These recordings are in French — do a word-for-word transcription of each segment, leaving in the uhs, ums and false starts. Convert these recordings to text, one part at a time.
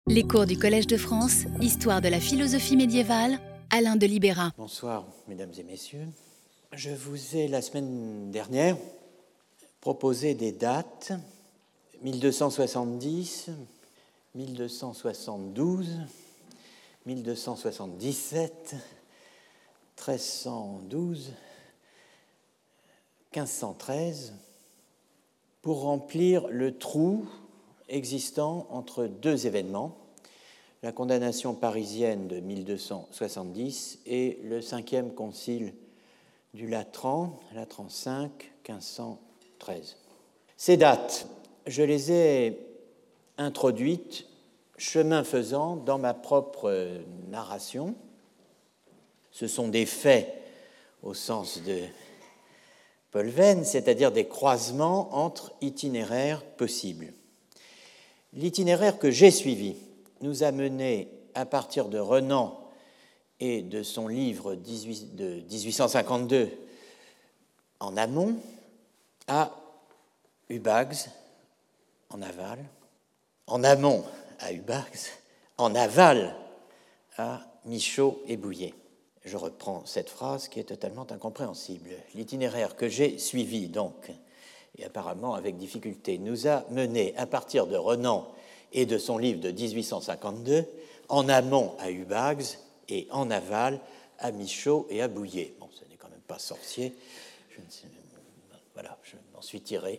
Les cours du Collège de France, Histoire de la philosophie médiévale, Alain de Libéra. Bonsoir, mesdames et messieurs. Je vous ai, la semaine dernière, proposé des dates mille deux cent soixante-dix, mille deux cent soixante-douze, mille deux cent soixante-dix-sept, mille trois cent douze, mille cinq cent treize, pour remplir le trou existant entre deux événements, la condamnation parisienne de mille deux cent soixante-dix et le cinquième concile du Latran, Latran cinq, mille cinq cent treize. Ces dates, je les ai introduites chemin faisant dans ma propre narration. Ce sont des faits au sens de Paul Venn, c'est-à-dire des croisements entre itinéraires possibles. L'itinéraire que j'ai suivi nous a mené, à partir de Renan et de son livre de dix-huit cent cinquante-deux en amont, à Ubax en aval, en amont à Ubax, en aval à Michaud et Bouillet. Je reprends cette phrase qui est totalement incompréhensible. L'itinéraire que j'ai suivi, donc, et apparemment avec difficulté, nous a mené, à partir de Renan et de son livre de dix-huit cent cinquante-deux, en amont à Ubax et en aval à Michaud et à Bouillet. Bon, ce n'est quand même pas sorcier. Je ne sais, voilà, je m'en suis tiré.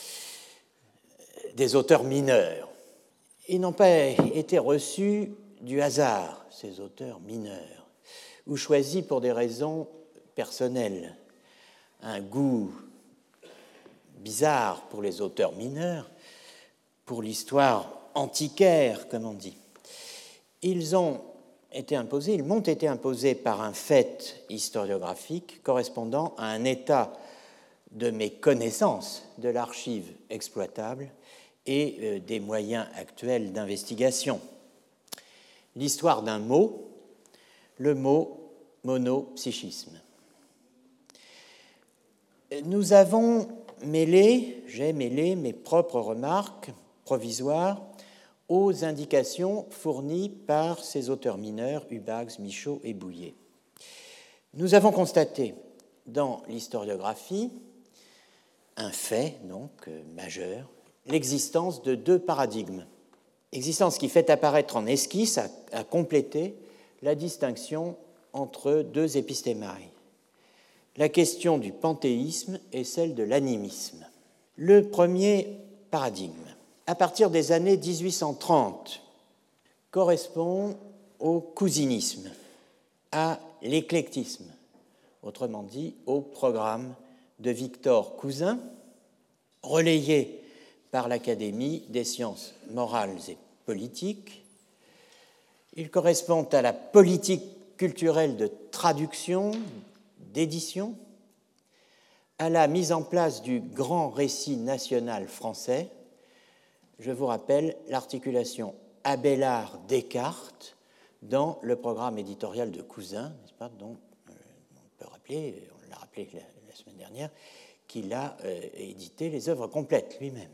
Des auteurs mineurs. Ils n'ont pas été reçus du hasard, ces auteurs mineurs, ou choisis pour des raisons personnelles. Un goût bizarre pour les auteurs mineurs, pour l'histoire antiquaire, comme on dit. Ils ont été imposés, ils m'ont été imposés par un fait historiographique correspondant à un état de mes connaissances de l'archive exploitable et euh, des moyens actuels d'investigation. L'histoire d'un mot, le mot monopsychisme. Nous avons mêlé, j'ai mêlé mes propres remarques provisoires aux indications fournies par ces auteurs mineurs, Ubax, Michaud et Bouillet. Nous avons constaté dans l'historiographie un fait, donc, euh, majeur, l'existence de deux paradigmes. Existence qui fait apparaître en esquisse, à, à compléter, la distinction entre deux épistémailles. La question du panthéisme et celle de l'animisme. Le premier paradigme, à partir des années dix-huit cent trente, correspond au cousinisme, à l'éclectisme, autrement dit au programme de Victor Cousin, relayé par l'Académie des sciences morales et politiques. Il correspond à la politique culturelle de traduction, d'édition, à la mise en place du grand récit national français. Je vous rappelle l'articulation Abélard-Descartes dans le programme éditorial de Cousin, n'est-ce pas, dont euh, on peut rappeler, on l'a rappelé la, la semaine dernière, qu'il a euh, édité les œuvres complètes lui-même.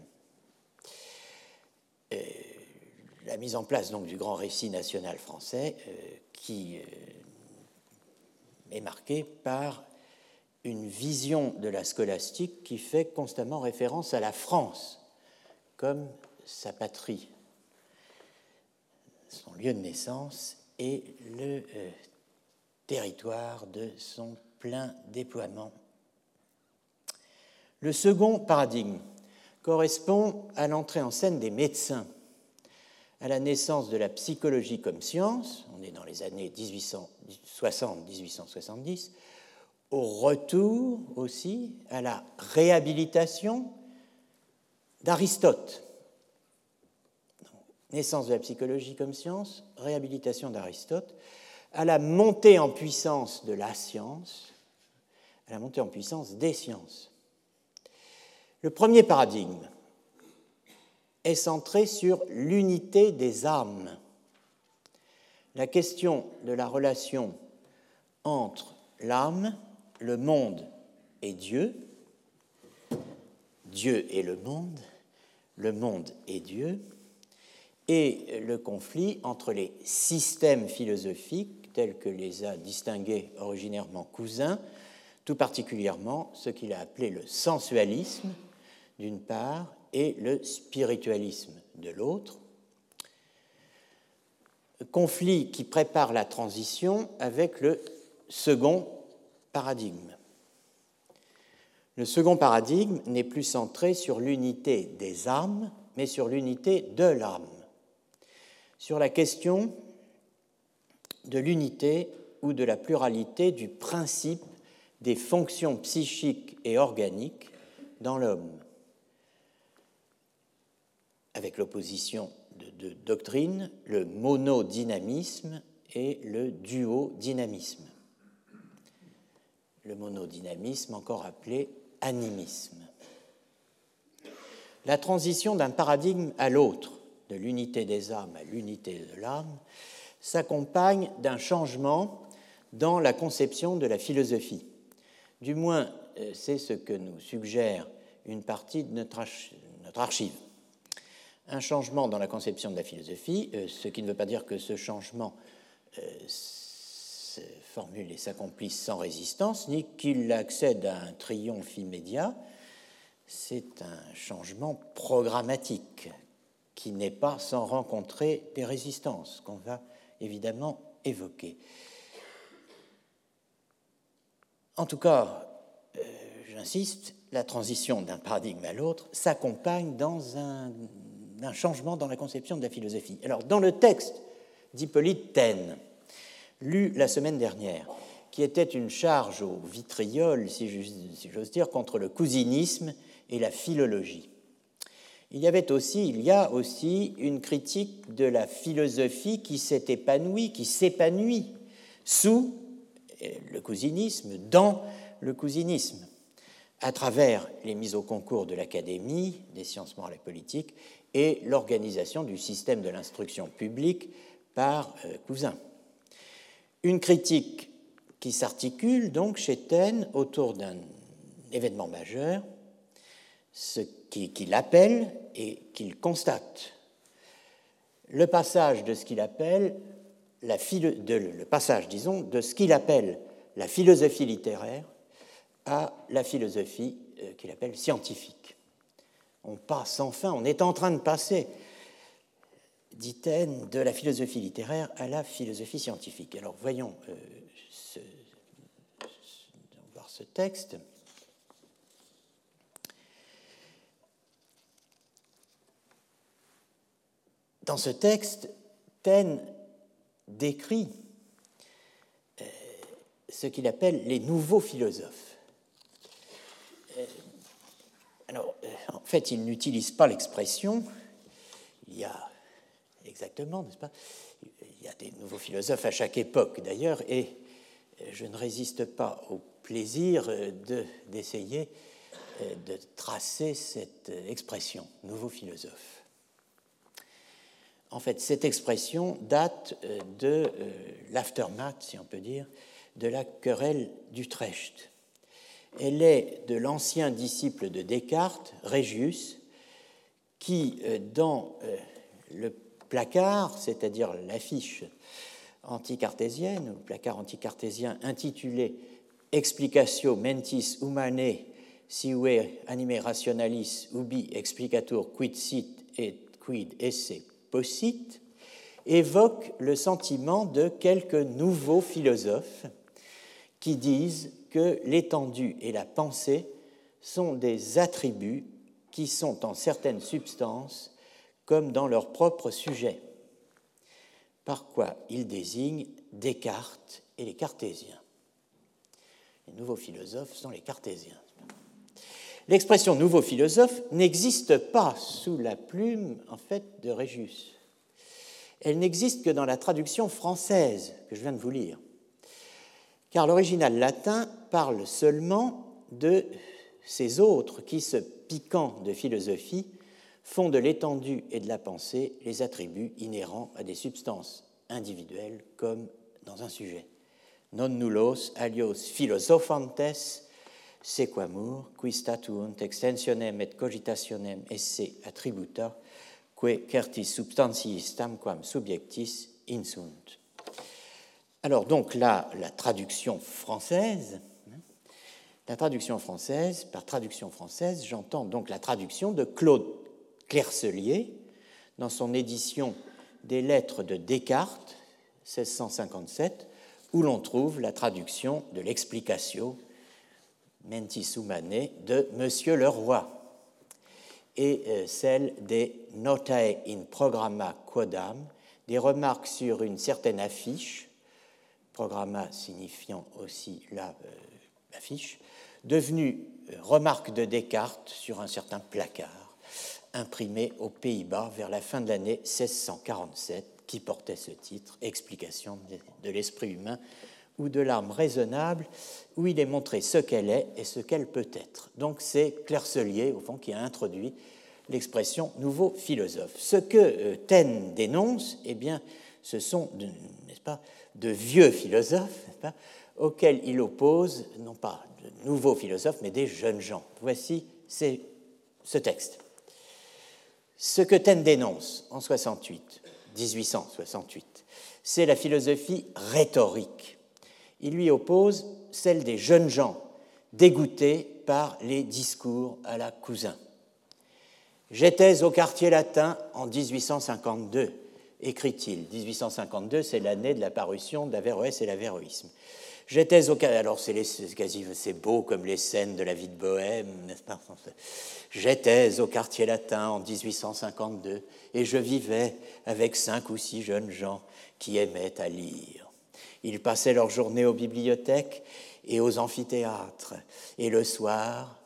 Euh, la mise en place donc du grand récit national français euh, qui euh, est marquée par une vision de la scolastique qui fait constamment référence à la France comme sa patrie, son lieu de naissance et le euh, territoire de son plein déploiement. Le second paradigme correspond à l'entrée en scène des médecins, à la naissance de la psychologie comme science, on est dans les années dix-huit cent soixante à dix-huit cent soixante-dix, au retour aussi à la réhabilitation d'Aristote. Naissance de la psychologie comme science, réhabilitation d'Aristote, à la montée en puissance de la science, à la montée en puissance des sciences. Le premier paradigme est centré sur l'unité des âmes. La question de la relation entre l'âme, le monde et Dieu, Dieu et le monde, le monde et Dieu, et le conflit entre les systèmes philosophiques tels que les a distingués originairement Cousin, tout particulièrement ce qu'il a appelé le sensualisme d'une part et le spiritualisme de l'autre, conflit qui prépare la transition avec le second paradigme. Le second paradigme n'est plus centré sur l'unité des âmes, mais sur l'unité de l'âme, sur la question de l'unité ou de la pluralité du principe des fonctions psychiques et organiques dans l'homme, avec l'opposition de, de doctrines, le monodynamisme et le duodynamisme. Le monodynamisme, encore appelé animisme. La transition d'un paradigme à l'autre, de l'unité des âmes à l'unité de l'âme, s'accompagne d'un changement dans la conception de la philosophie. Du moins, c'est ce que nous suggère une partie de notre, arch- notre archive. Un changement dans la conception de la philosophie, ce qui ne veut pas dire que ce changement euh, se formule et s'accomplisse sans résistance, ni qu'il accède à un triomphe immédiat. C'est un changement programmatique qui n'est pas sans rencontrer des résistances qu'on va évidemment évoquer. En tout cas, euh, j'insiste, la transition d'un paradigme à l'autre s'accompagne dans un, un changement dans la conception de la philosophie. Alors, dans le texte d'Hippolyte Taine, lu la semaine dernière, qui était une charge au vitriol, si j'ose dire, contre le cousinisme et la philologie, il y avait aussi, il y a aussi une critique de la philosophie qui s'est épanouie, qui s'épanouit sous le cousinisme, dans le cousinisme, à travers les mises au concours de l'Académie des sciences morales et politiques et l'organisation du système de l'instruction publique par euh, Cousin. Une critique qui s'articule donc chez Taine autour d'un événement majeur, ce qui, qu'il appelle et qu'il constate. Le passage de ce qu'il appelle la philo- de, le passage, disons, de ce qu'il appelle la philosophie littéraire à la philosophie euh, qu'il appelle scientifique. On passe enfin, on est en train de passer, dit Taine, de la philosophie littéraire à la philosophie scientifique. Alors voyons euh, ce, voir ce texte. Dans ce texte, Taine décrit euh, ce qu'il appelle les nouveaux philosophes. Euh, alors, euh, en fait, il n'utilise pas l'expression. Il y a exactement, n'est-ce pas? Il y a des nouveaux philosophes à chaque époque, d'ailleurs, et je ne résiste pas au plaisir de, d'essayer de tracer cette expression, nouveau philosophe. En fait, cette expression date de euh, l'aftermath, si on peut dire, de la querelle d'Utrecht. Elle est de l'ancien disciple de Descartes, Régius, qui, euh, dans euh, le placard, c'est-à-dire l'affiche anticartésienne, ou placard anticartésien intitulé Explicatio mentis humanae sive anime rationalis ubi explicatur quid sit et quid esse possit, évoque le sentiment de quelques nouveaux philosophes qui disent que l'étendue et la pensée sont des attributs qui sont en certaines substances comme dans leur propre sujet, par quoi ils désignent Descartes et les cartésiens. Les nouveaux philosophes sont les cartésiens. L'expression « nouveau philosophe » n'existe pas sous la plume, en fait, de Régius. Elle n'existe que dans la traduction française que je viens de vous lire, car l'original latin parle seulement de ces autres qui, se piquant de philosophie, font de l'étendue et de la pensée les attributs inhérents à des substances individuelles comme dans un sujet. Non nullos alios philosophantes sequamur, qui statuunt extensionem et cogitationem esse attributa, que certis substantiis tamquam subjectis insunt. Alors donc là, la traduction française, la traduction française, par traduction française, j'entends donc la traduction de Claude Clercelier dans son édition des Lettres de Descartes, seize cent cinquante-sept, où l'on trouve la traduction de l'Explicatio Mentis Humanae de Monsieur Leroy et euh, celle des Notae in Programma Quodam, des remarques sur une certaine affiche, programma signifiant aussi la euh, affiche, devenue euh, remarque de Descartes sur un certain placard, imprimé aux Pays-Bas vers la fin de l'année seize cent quarante-sept, qui portait ce titre, Explication de l'esprit humain ou de l'âme raisonnable, où il est montré ce qu'elle est et ce qu'elle peut être. Donc c'est Clercelier, au fond, qui a introduit l'expression nouveau philosophe. Ce que euh, Taine dénonce, eh bien, ce sont, de, n'est-ce pas, de vieux philosophes, n'est-ce pas, auxquels il oppose, non pas de nouveaux philosophes, mais des jeunes gens. Voici c'est ce texte. Ce que Taine dénonce en soixante-huit, dix-huit cent soixante-huit, c'est la philosophie rhétorique. Il lui oppose celle des jeunes gens dégoûtés par les discours à la Cousin. J'étais au quartier latin en dix-huit cent cinquante-deux, écrit-il. dix-huit cent cinquante-deux, c'est l'année de la parution d'Averroès et l'Averroïsme. J'étais au alors c'est, les, c'est quasi c'est beau comme les scènes de la vie de Bohème, n'est-ce pas? J'étais au quartier latin en dix-huit cent cinquante-deux et je vivais avec cinq ou six jeunes gens qui aimaient à lire. Ils passaient leur journée aux bibliothèques et aux amphithéâtres et le soir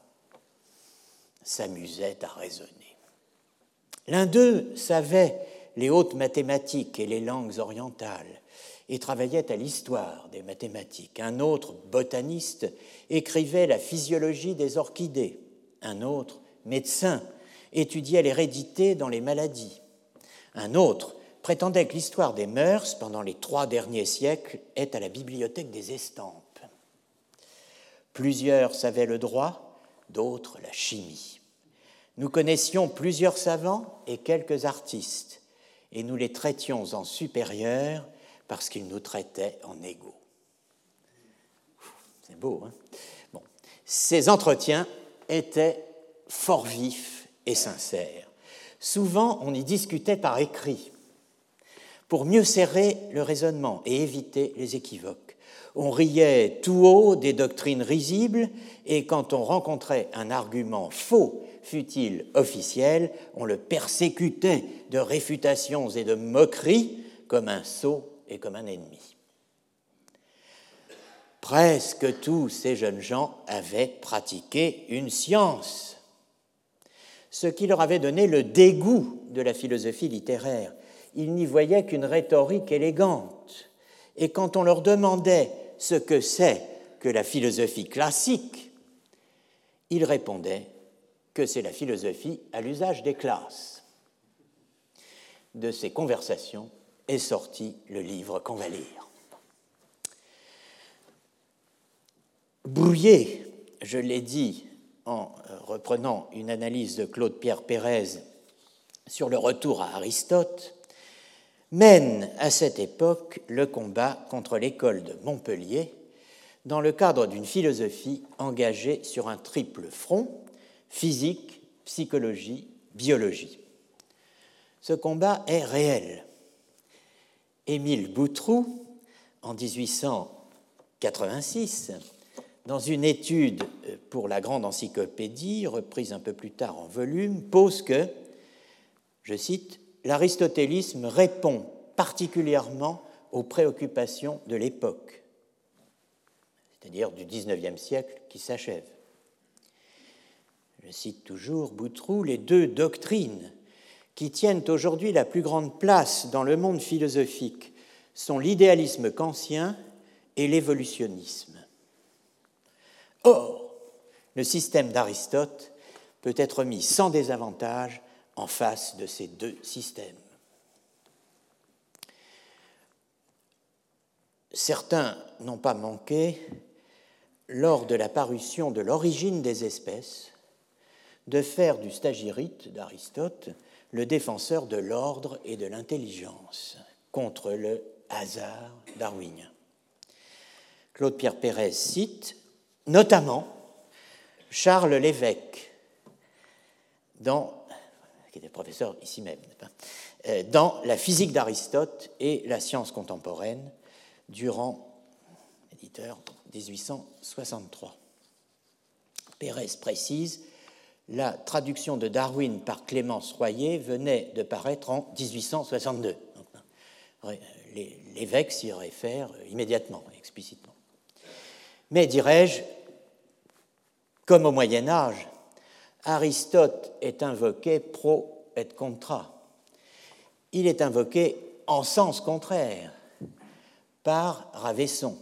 s'amusaient à raisonner. L'un d'eux savait les hautes mathématiques et les langues orientales et travaillait à l'histoire des mathématiques. Un autre, botaniste, écrivait la physiologie des orchidées. Un autre, médecin, étudiait l'hérédité dans les maladies. Un autre prétendait que l'histoire des mœurs, pendant les trois derniers siècles, est à la bibliothèque des estampes. Plusieurs savaient le droit, d'autres la chimie. Nous connaissions plusieurs savants et quelques artistes, et nous les traitions en supérieurs parce qu'ils nous traitaient en égaux. C'est beau, hein? Bon. Ces entretiens étaient fort vifs et sincères. Souvent, on y discutait par écrit pour mieux serrer le raisonnement et éviter les équivoques. On riait tout haut des doctrines risibles et quand on rencontrait un argument faux, fût-il officiel, on le persécutait de réfutations et de moqueries comme un sot et comme un ennemi. Presque tous ces jeunes gens avaient pratiqué une science, ce qui leur avait donné le dégoût de la philosophie littéraire. Ils n'y voyaient qu'une rhétorique élégante. Et quand on leur demandait ce que c'est que la philosophie classique, ils répondaient que c'est la philosophie à l'usage des classes. De ces conversations est sorti le livre qu'on va lire. Brouillé, je l'ai dit en reprenant une analyse de Claude-Pierre Pérez sur le retour à Aristote, mène à cette époque le combat contre l'école de Montpellier dans le cadre d'une philosophie engagée sur un triple front, physique, psychologie, biologie. Ce combat est réel. Émile Boutroux, en dix-huit cent quatre-vingt-six, dans une étude pour la Grande Encyclopédie, reprise un peu plus tard en volume, pose que, je cite, « l'aristotélisme répond particulièrement aux préoccupations de l'époque, c'est-à-dire du dix-neuvième siècle qui s'achève. » Je cite toujours Boutroux, « les deux doctrines qui tiennent aujourd'hui la plus grande place dans le monde philosophique sont l'idéalisme kantien et l'évolutionnisme. Or, le système d'Aristote peut être mis sans désavantage en face de ces deux systèmes. Certains n'ont pas manqué, lors de la parution de l'Origine des espèces, de faire du stagirite d'Aristote le défenseur de l'ordre et de l'intelligence contre le hasard darwinien. Claude-Pierre Pérez cite notamment Charles Lévesque, dans, qui était professeur ici même, dans La physique d'Aristote et la science contemporaine, durant, éditeur, dix-huit cent soixante-trois. Pérez précise, la traduction de Darwin par Clémence Royer venait de paraître en dix-huit cent soixante-deux. Donc, l'évêque s'y réfère immédiatement, explicitement. Mais, dirais-je, comme au Moyen-Âge, Aristote est invoqué pro et contra. Il est invoqué en sens contraire par Ravesson.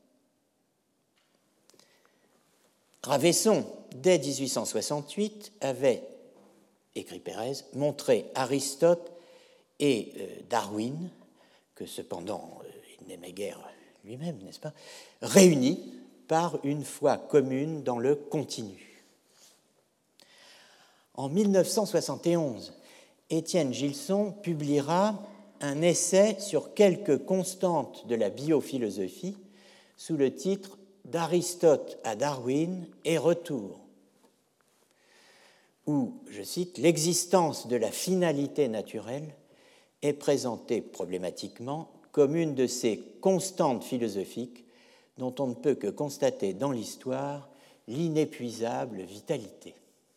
Ravesson, dès dix-huit cent soixante-huit, avait, écrit Pérez, montré Aristote et euh, Darwin, que cependant euh, il n'aimait guère lui-même, n'est-ce pas, réunis par une foi commune dans le continu. En mille neuf cent soixante et onze, Étienne Gilson publiera un essai sur quelques constantes de la biophilosophie sous le titre « D'Aristote à Darwin et retour », où, je cite, « l'existence de la finalité naturelle est présentée problématiquement comme une de ces constantes philosophiques dont on ne peut que constater dans l'histoire l'inépuisable vitalité. »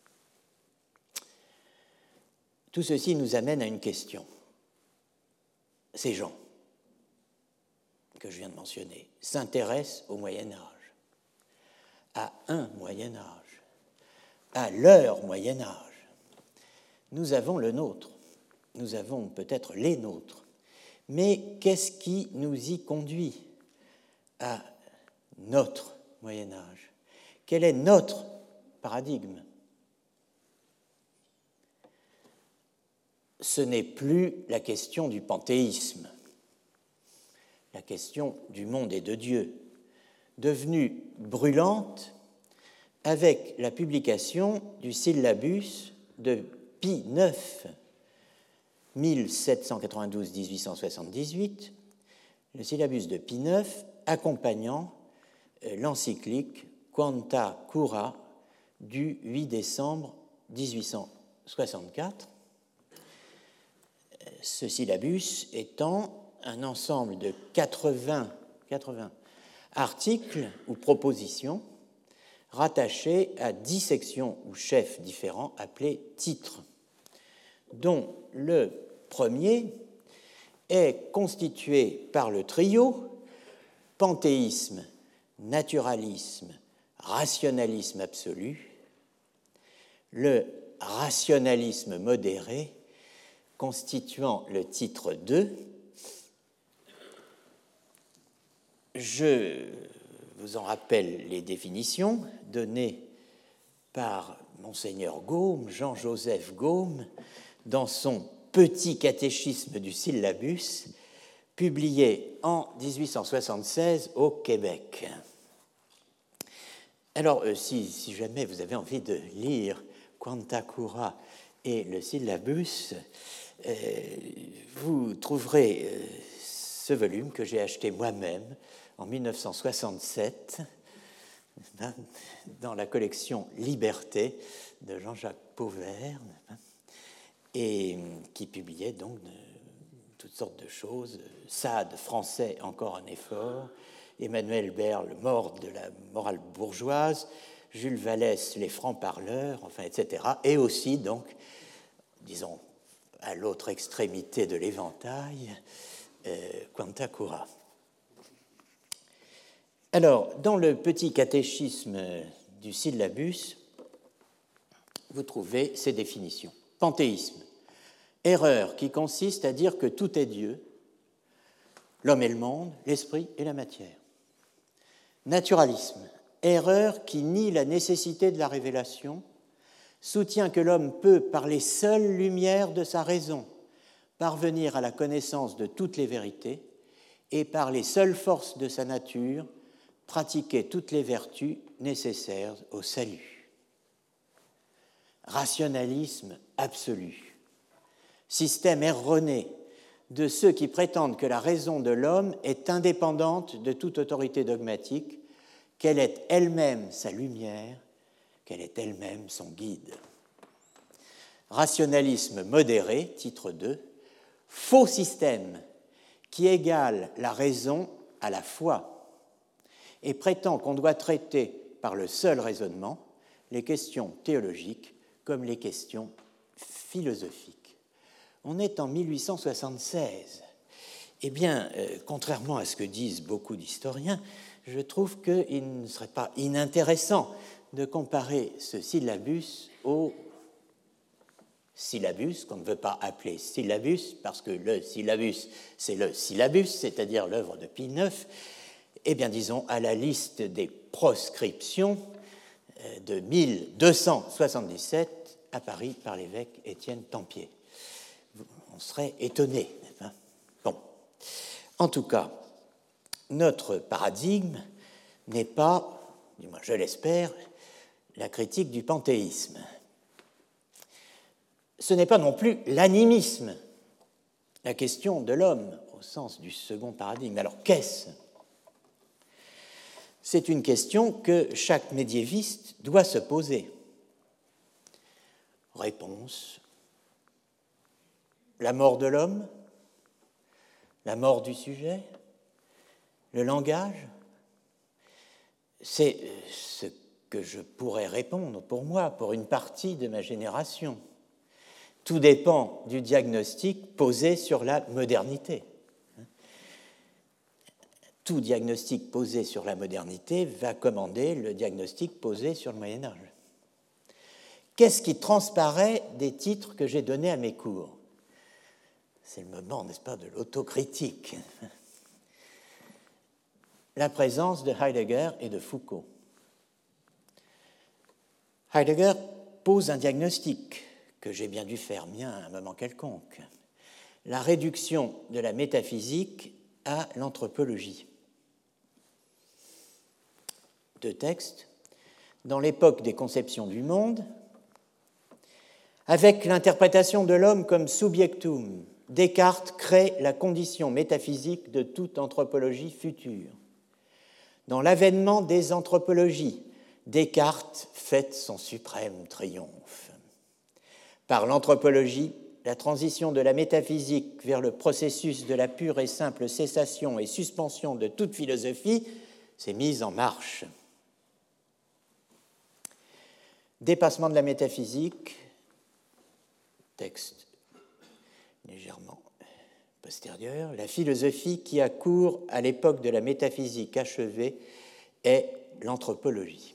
Tout ceci nous amène à une question. Ces gens que je viens de mentionner s'intéressent au Moyen-Âge, à un Moyen-Âge, à leur Moyen-Âge. Nous avons le nôtre, nous avons peut-être les nôtres, mais qu'est-ce qui nous y conduit à notre Moyen-Âge? Quel est notre paradigme? Ce n'est plus la question du panthéisme, la question du monde et de Dieu, devenue brûlante avec la publication du syllabus de Pie neuf, mille sept cent quatre-vingt-douze à mille huit cent soixante-dix-huit, le syllabus de Pie neuf accompagnant l'encyclique Quanta Cura du huit décembre mille huit cent soixante-quatre, ce syllabus étant un ensemble de quatre-vingts, quatre-vingts articles ou propositions rattachés à dix sections ou chefs différents appelés titres, dont le premier est constitué par le trio panthéisme, naturalisme, rationalisme absolu, le rationalisme modéré constituant le titre deux. Je vous en rappelle les définitions données par Monseigneur Gaume, Jean-Joseph Gaume, dans son Petit catéchisme du syllabus, publié en dix-huit cent soixante-seize au Québec. Alors, euh, si, si jamais vous avez envie de lire Quanta Cura et le syllabus, euh, vous trouverez euh, ce volume que j'ai acheté moi-même en mille neuf cent soixante-sept dans la collection Liberté de Jean-Jacques Pauvert, et qui publiait donc de, toutes sortes de choses. Sade, français, encore un effort. Emmanuel Berle, mort de la morale bourgeoise. Jules Vallès, les francs-parleurs, enfin, et cetera. Et aussi, donc, disons, à l'autre extrémité de l'éventail, euh, Quanta Cura. Alors, dans le petit catéchisme du syllabus, vous trouvez ces définitions. Panthéisme, erreur qui consiste à dire que tout est Dieu, l'homme et le monde, l'esprit et la matière. Naturalisme, erreur qui nie la nécessité de la révélation, soutient que l'homme peut, par les seules lumières de sa raison, parvenir à la connaissance de toutes les vérités et par les seules forces de sa nature, pratiquer toutes les vertus nécessaires au salut. Rationalisme absolu, système erroné de ceux qui prétendent que la raison de l'homme est indépendante de toute autorité dogmatique, qu'elle est elle-même sa lumière, qu'elle est elle-même son guide. Rationalisme modéré, titre deux, faux système qui égale la raison à la foi et prétend qu'on doit traiter par le seul raisonnement les questions théologiques comme les questions philosophiques. On est en mille huit cent soixante-seize. Eh bien, euh, contrairement à ce que disent beaucoup d'historiens, je trouve qu'il ne serait pas inintéressant de comparer ce syllabus au syllabus, qu'on ne veut pas appeler syllabus, parce que le syllabus, c'est le syllabus, c'est-à-dire l'œuvre de Pie neuf, eh bien, disons, à la liste des proscriptions de mille deux cent soixante-dix-sept à Paris par l'évêque Étienne Tempier. On serait étonné, n'est-ce pas ? Bon. En tout cas, notre paradigme n'est pas, du moins je l'espère, la critique du panthéisme. Ce n'est pas non plus l'animisme, la question de l'homme au sens du second paradigme. Alors qu'est-ce ? C'est une question que chaque médiéviste doit se poser. Réponse : la mort de l'homme, la mort du sujet, le langage. C'est ce que je pourrais répondre pour moi, pour une partie de ma génération. Tout dépend du diagnostic posé sur la modernité. Tout diagnostic posé sur la modernité va commander le diagnostic posé sur le Moyen-Âge. Qu'est-ce qui transparaît des titres que j'ai donnés à mes cours ? C'est le moment, n'est-ce pas, de l'autocritique. La présence de Heidegger et de Foucault. Heidegger pose un diagnostic que j'ai bien dû faire mien à un moment quelconque. La réduction de la métaphysique à l'anthropologie. Deux textes. Dans l'époque des conceptions du monde, avec l'interprétation de l'homme comme subjectum, Descartes crée la condition métaphysique de toute anthropologie future. Dans l'avènement des anthropologies, Descartes fête son suprême triomphe. Par l'anthropologie, la transition de la métaphysique vers le processus de la pure et simple cessation et suspension de toute philosophie s'est mise en marche. Dépassement de la métaphysique, texte légèrement postérieur, la philosophie qui a cours à l'époque de la métaphysique achevée est l'anthropologie.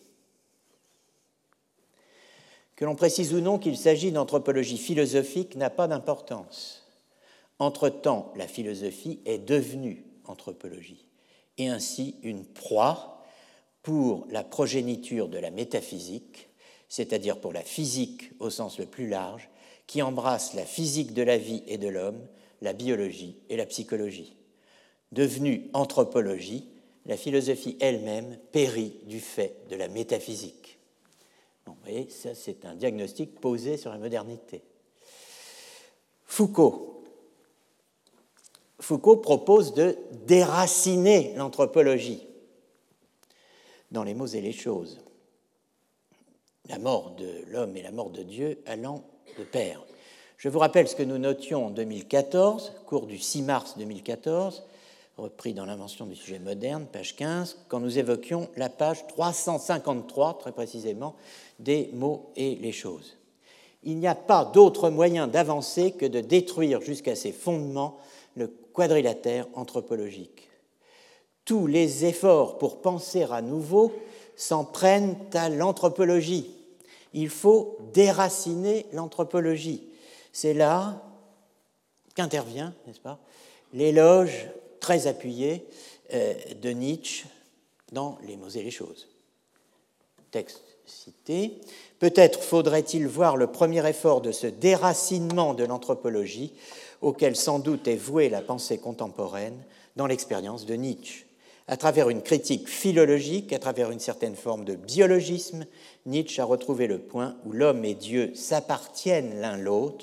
Que l'on précise ou non qu'il s'agit d'anthropologie philosophique n'a pas d'importance. Entre-temps, la philosophie est devenue anthropologie et ainsi une proie pour la progéniture de la métaphysique, c'est-à-dire pour la physique au sens le plus large, qui embrasse la physique de la vie et de l'homme, la biologie et la psychologie. Devenue anthropologie, la philosophie elle-même périt du fait de la métaphysique. Bon, vous voyez, ça c'est un diagnostic posé sur la modernité. Foucault. Foucault propose de déraciner l'anthropologie dans les mots et les choses. La mort de l'homme et la mort de Dieu allant de pair. Je vous rappelle ce que nous notions en deux mille quatorze, cours du six mars deux mille quatorze, repris dans l'invention du sujet moderne, page quinze, quand nous évoquions la page trois cent cinquante-trois, très précisément, des mots et les choses. Il n'y a pas d'autre moyen d'avancer que de détruire jusqu'à ses fondements le quadrilatère anthropologique. Tous les efforts pour penser à nouveau s'en prennent à l'anthropologie. Il faut déraciner l'anthropologie. C'est là qu'intervient, n'est-ce pas, l'éloge très appuyé euh, de Nietzsche dans Les mots et les choses. Texte cité. Peut-être faudrait-il voir le premier effort de ce déracinement de l'anthropologie, auquel sans doute est vouée la pensée contemporaine, dans l'expérience de Nietzsche. À travers une critique philologique, à travers une certaine forme de biologisme, Nietzsche a retrouvé le point où l'homme et Dieu s'appartiennent l'un l'autre,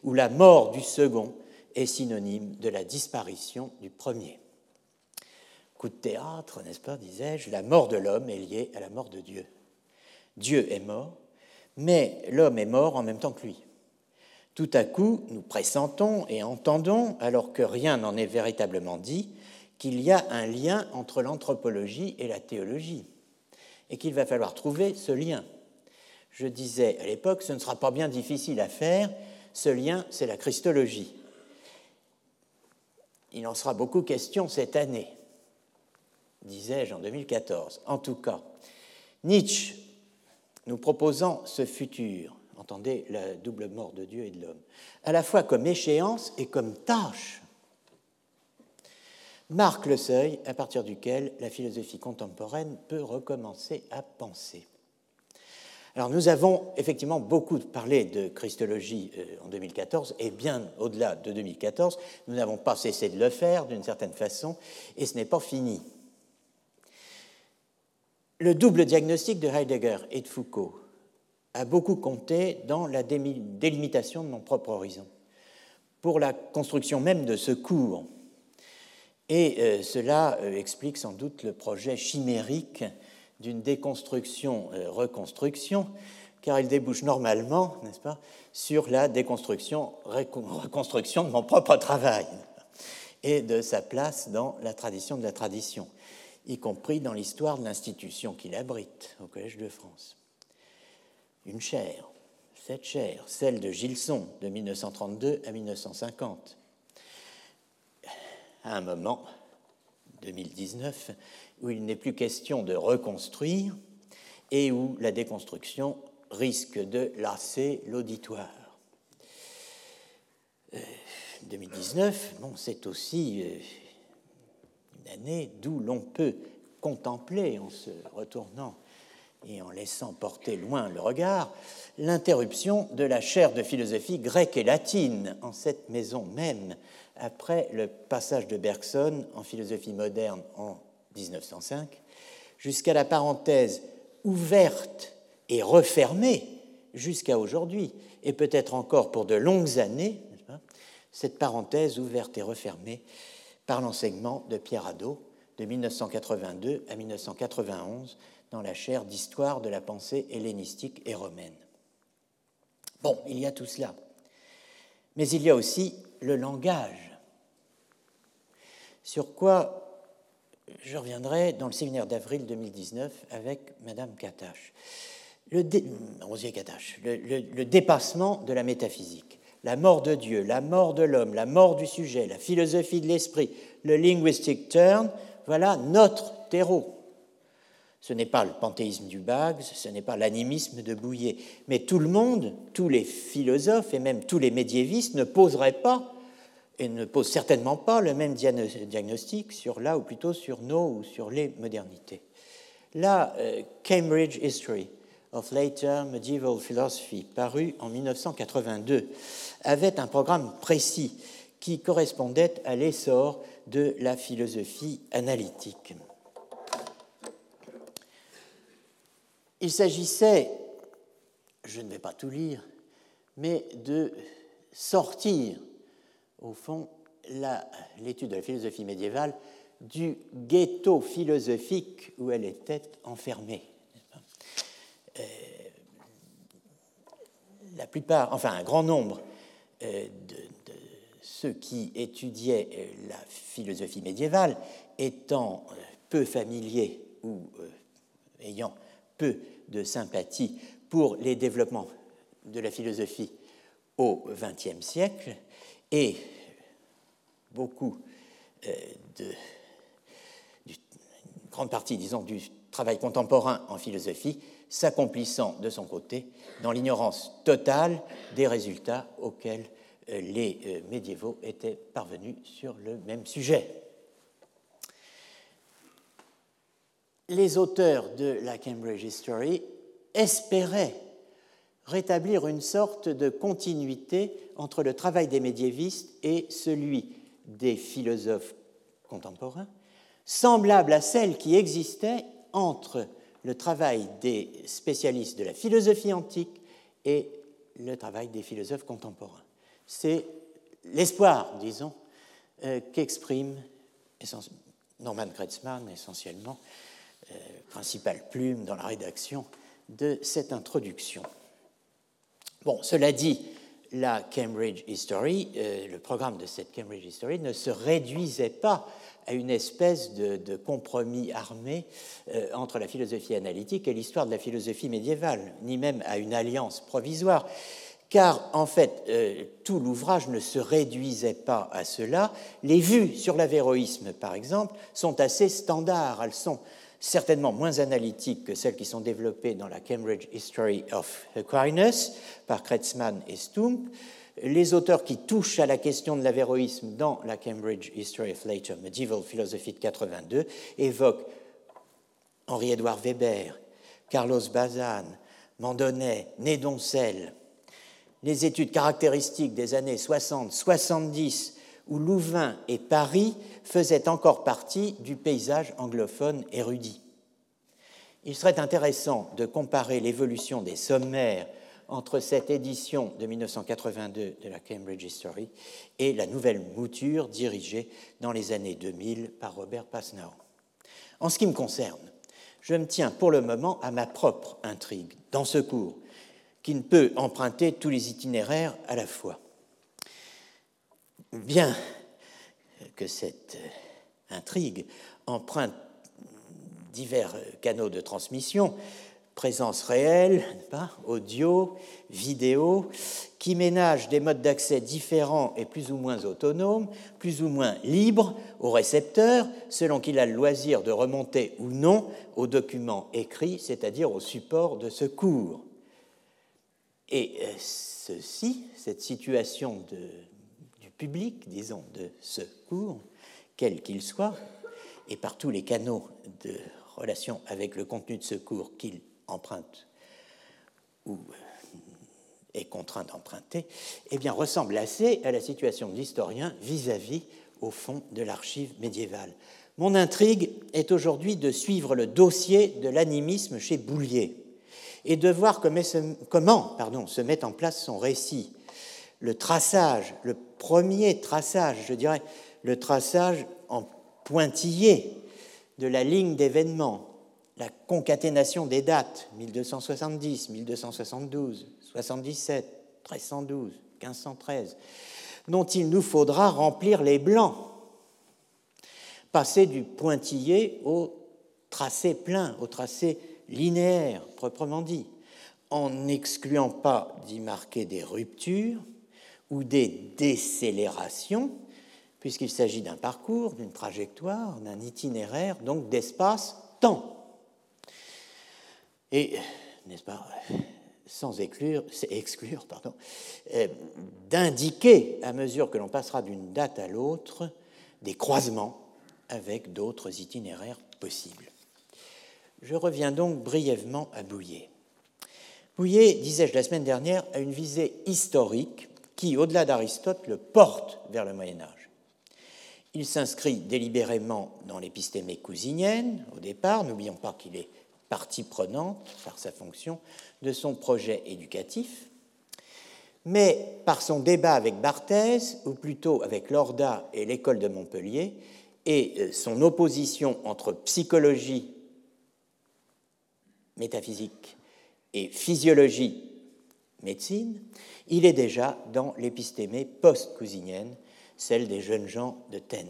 où la mort du second est synonyme de la disparition du premier. Coup de théâtre, n'est-ce pas, disais-je, la mort de l'homme est liée à la mort de Dieu. Dieu est mort, mais l'homme est mort en même temps que lui. Tout à coup, nous pressentons et entendons, alors que rien n'en est véritablement dit, qu'il y a un lien entre l'anthropologie et la théologie, et qu'il va falloir trouver ce lien. Je disais à l'époque, ce ne sera pas bien difficile à faire, ce lien, c'est la christologie. Il en sera beaucoup question cette année, disais-je en deux mille quatorze. En tout cas, Nietzsche, nous proposant ce futur, entendez la double mort de Dieu et de l'homme, à la fois comme échéance et comme tâche, marque le seuil à partir duquel la philosophie contemporaine peut recommencer à penser. Alors nous avons effectivement beaucoup parlé de christologie en deux mille quatorze, et bien au-delà de deux mille quatorze, nous n'avons pas cessé de le faire d'une certaine façon, et ce n'est pas fini. Le double diagnostic de Heidegger et de Foucault a beaucoup compté dans la délimitation de mon propre horizon, pour la construction même de ce cours. Et euh, cela euh, explique sans doute le projet chimérique d'une déconstruction-reconstruction, car il débouche normalement, n'est-ce pas, sur la déconstruction-reconstruction de mon propre travail et de sa place dans la tradition de la tradition, y compris dans l'histoire de l'institution qu'il abrite au Collège de France. Une chaire, cette chaire, celle de Gilson, de mille neuf cent trente-deux à mille neuf cent cinquante, à un moment, deux mille dix-neuf, où il n'est plus question de reconstruire et où la déconstruction risque de lasser l'auditoire. Euh, deux mille dix-neuf, bon, c'est aussi euh, une année d'où l'on peut contempler, en se retournant et en laissant porter loin le regard, l'interruption de la chaire de philosophie grecque et latine en cette maison même, après le passage de Bergson en philosophie moderne en mille neuf cent cinq, jusqu'à la parenthèse ouverte et refermée jusqu'à aujourd'hui, et peut-être encore pour de longues années, cette parenthèse ouverte et refermée par l'enseignement de Pierre Hadot de mille neuf cent quatre-vingt-deux à mille neuf cent quatre-vingt-onze dans la chaire d'histoire de la pensée hellénistique et romaine. Bon, il y a tout cela, mais il y a aussi le langage, sur quoi je reviendrai dans le séminaire d'avril deux mille dix-neuf avec Madame Katache. Le, dé... Rosier Katache, le, le, le dépassement de la métaphysique, la mort de Dieu, la mort de l'homme, la mort du sujet, la philosophie de l'esprit, le linguistic turn, voilà notre terreau. Ce n'est pas le panthéisme du Baggs, ce n'est pas l'animisme de Bouillet, mais tout le monde, tous les philosophes et même tous les médiévistes ne poseraient pas, et ne posent certainement pas le même diagnostic sur là, ou plutôt sur nos ou sur les modernités. La euh, Cambridge History of Later Medieval Philosophy, paru en mille neuf cent quatre-vingt-deux, avait un programme précis qui correspondait à l'essor de la philosophie analytique. Il s'agissait, je ne vais pas tout lire, mais de sortir, au fond, la, l'étude de la philosophie médiévale du ghetto philosophique où elle était enfermée. Euh, la plupart, enfin un grand nombre euh, de, de ceux qui étudiaient euh, la philosophie médiévale étant euh, peu familiers ou euh, ayant peu de sympathie pour les développements de la philosophie au vingtième siècle et beaucoup euh, de, du, une grande partie, disons, du travail contemporain en philosophie s'accomplissant de son côté dans l'ignorance totale des résultats auxquels euh, les euh, médiévaux étaient parvenus sur le même sujet. Les auteurs de la Cambridge History espéraient rétablir une sorte de continuité entre le travail des médiévistes et celui des philosophes contemporains, semblable à celle qui existait entre le travail des spécialistes de la philosophie antique et le travail des philosophes contemporains. c'est l'espoir, disons, euh, qu'exprime Norman Kretzmann, essentiellement, euh, principale plume dans la rédaction de cette introduction. Bon, cela dit, la Cambridge History, euh, le programme de cette Cambridge History ne se réduisait pas à une espèce de, de compromis armé euh, entre la philosophie analytique et l'histoire de la philosophie médiévale, ni même à une alliance provisoire, car en fait, euh, tout l'ouvrage ne se réduisait pas à cela. Les vues sur l'avéroïsme, par exemple, sont assez standards. Elles sont certainement moins analytiques que celles qui sont développées dans la Cambridge History of Aquinas par Kretzmann et Stump. Les auteurs qui touchent à la question de l'avéroïsme dans la Cambridge History of Later Medieval Philosophy de quatre-vingt-deux évoquent Henri-Édouard Weber, Carlos Bazan, Mandonnet, Nédoncel. Les études caractéristiques des années soixante soixante-dix où Louvain et Paris faisaient encore partie du paysage anglophone érudit. Il serait intéressant de comparer l'évolution des sommaires entre cette édition de mille neuf cent quatre-vingt-deux de la Cambridge History et la nouvelle mouture dirigée dans les années deux mille par Robert Pasnau. En ce qui me concerne, je me tiens pour le moment à ma propre intrigue dans ce cours, qui ne peut emprunter tous les itinéraires à la fois. Bien que cette intrigue emprunte divers canaux de transmission, présence réelle, pas, audio, vidéo, qui ménagent des modes d'accès différents et plus ou moins autonomes, plus ou moins libres au récepteur, selon qu'il a le loisir de remonter ou non au document écrit, c'est-à-dire au support de ce cours. Et ceci, cette situation de, du public, disons, de ce cours, quel qu'il soit, et par tous les canaux de relation avec le contenu de ce cours qu'il emprunte ou est contraint d'emprunter, eh bien, ressemble assez à la situation de l'historien vis-à-vis, au fond, de l'archive médiévale. Mon intrigue est aujourd'hui de suivre le dossier de l'animisme chez Boulier et de voir comment pardon, se met en place son récit. Le traçage, le premier traçage, je dirais, le traçage en pointillé de la ligne d'événements, la concaténation des dates, mille deux cent soixante-dix, mille deux cent soixante-douze, soixante-dix-sept, mille trois cent douze, mille cinq cent treize, dont il nous faudra remplir les blancs, passer du pointillé au tracé plein, au tracé linéaire, proprement dit, en n'excluant pas d'y marquer des ruptures ou des décélérations, puisqu'il s'agit d'un parcours, d'une trajectoire, d'un itinéraire, donc d'espace-temps. Et, n'est-ce pas, sans exclure, exclure pardon, euh, d'indiquer, à mesure que l'on passera d'une date à l'autre, des croisements avec d'autres itinéraires possibles. Je reviens donc brièvement à Bouhier. Bouhier, disais-je la semaine dernière, a une visée historique qui, au-delà d'Aristote, le porte vers le Moyen-Âge. Il s'inscrit délibérément dans l'épistémée cousinienne, au départ, n'oublions pas qu'il est partie prenante, par sa fonction, de son projet éducatif, mais par son débat avec Barthès, ou plutôt avec Lorda et l'école de Montpellier, et son opposition entre psychologie métaphysique et physiologie, médecine, il est déjà dans l'épistémée post-cousinienne, celle des jeunes gens de Taine.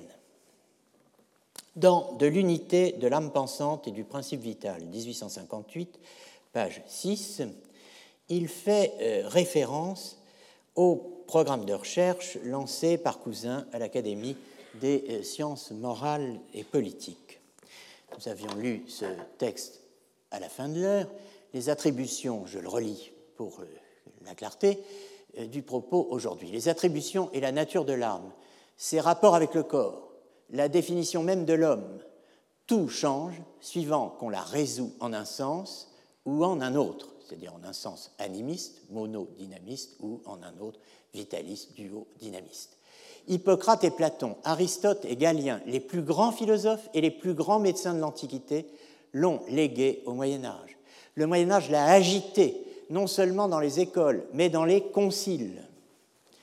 Dans De l'unité de l'âme pensante et du principe vital, dix-huit cent cinquante-huit, page six, il fait euh, référence au programme de recherche lancé par Cousin à l'Académie des euh, sciences morales et politiques. Nous avions lu ce texte à la fin de l'heure, les attributions, je le relis pour euh, la clarté, euh, du propos aujourd'hui. Les attributions et la nature de l'âme, ses rapports avec le corps, la définition même de l'homme, tout change suivant qu'on la résout en un sens ou en un autre, c'est-à-dire en un sens animiste, monodynamiste, ou en un autre vitaliste, duodynamiste. Hippocrate et Platon, Aristote et Galien, les plus grands philosophes et les plus grands médecins de l'Antiquité, l'ont légué au Moyen-Âge. Le Moyen-Âge l'a agité, non seulement dans les écoles, mais dans les conciles.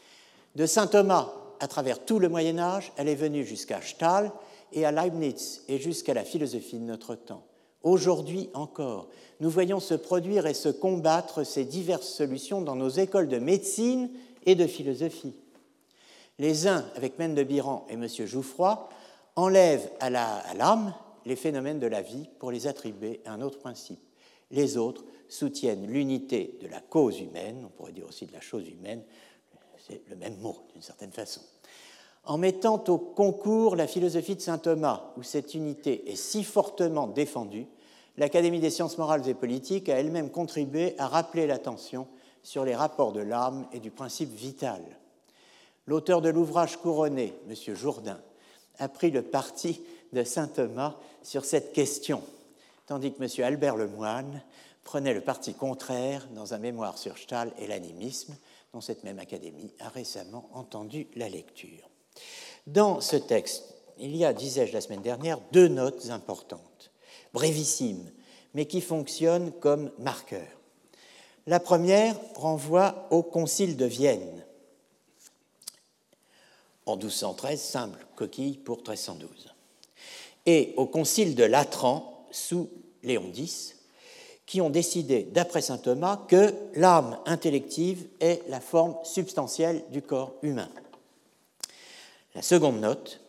De saint Thomas, à travers tout le Moyen-Âge, elle est venue jusqu'à Stahl et à Leibniz et jusqu'à la philosophie de notre temps. Aujourd'hui encore, nous voyons se produire et se combattre ces diverses solutions dans nos écoles de médecine et de philosophie. Les uns, avec Maine de Biran et M. Jouffroy, enlèvent à l'âme les phénomènes de la vie pour les attribuer à un autre principe. Les autres soutiennent l'unité de la cause humaine, on pourrait dire aussi de la chose humaine, c'est le même mot d'une certaine façon. En mettant au concours la philosophie de saint Thomas, où cette unité est si fortement défendue, l'Académie des sciences morales et politiques a elle-même contribué à rappeler l'attention sur les rapports de l'âme et du principe vital. L'auteur de l'ouvrage couronné, M. Jourdain, a pris le parti de saint Thomas sur cette question, tandis que M. Albert Lemoine prenait le parti contraire dans un mémoire sur Stahl et l'animisme, dont cette même Académie a récemment entendu la lecture. Dans ce texte, il y a, disais-je la semaine dernière, deux notes importantes, brévissimes, mais qui fonctionnent comme marqueurs. La première renvoie au Concile de Vienne, en douze cent treize, simple coquille pour mille trois cent douze, et au Concile de Latran, sous Léon X, qui ont décidé, d'après saint Thomas, que l'âme intellective est la forme substantielle du corps humain. La seconde note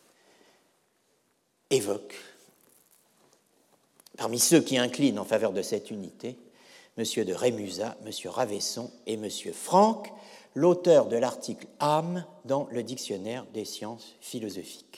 évoque, parmi ceux qui inclinent en faveur de cette unité, M. de Rémusat, M. Ravesson et M. Franck, l'auteur de l'article « âme » dans le Dictionnaire des sciences philosophiques.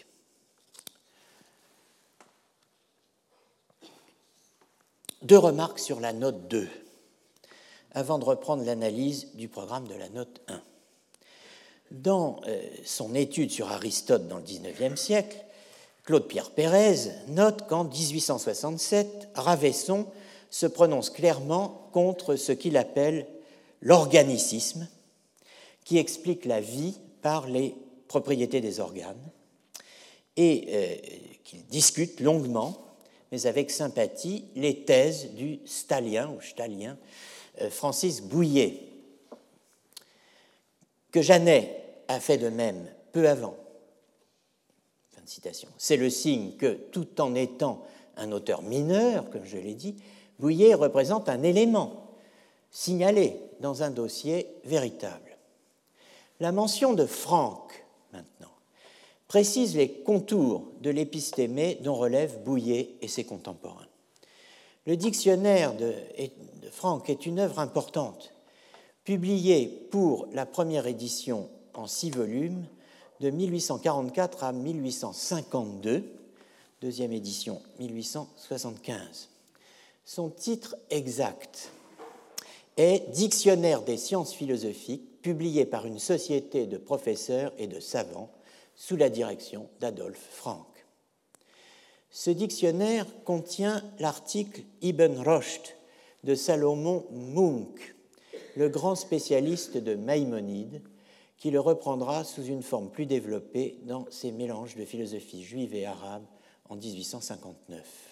Deux remarques sur la note deux, avant de reprendre l'analyse du programme de la note un. Dans euh, son étude sur Aristote dans le dix-neuvième siècle, Claude-Pierre Pérez note qu'en dix-huit cent soixante-sept, Ravesson se prononce clairement contre ce qu'il appelle l'organicisme, qui explique la vie par les propriétés des organes, et euh, qu'il discute longuement, mais avec sympathie, les thèses du stallien ou stallien euh, Francis Bouillet, que Janet a fait de même peu avant. Fin de citation. C'est le signe que, tout en étant un auteur mineur, comme je l'ai dit, Bouillet représente un élément signalé dans un dossier véritable. La mention de Franck, maintenant, précise les contours de l'épistémé dont relèvent Bouillet et ses contemporains. Le dictionnaire de, de Franck est une œuvre importante, publiée pour la première édition en six volumes de mille huit cent quarante-quatre à mille huit cent cinquante-deux, deuxième édition mille huit cent soixante-quinze. Son titre exact est « Dictionnaire des sciences philosophiques », publié par une société de professeurs et de savants sous la direction d'Adolphe Franck. Ce dictionnaire contient l'article Ibn Rushd de Salomon Munk, le grand spécialiste de Maïmonide, qui le reprendra sous une forme plus développée dans ses mélanges de philosophie juive et arabe en dix-huit cent cinquante-neuf.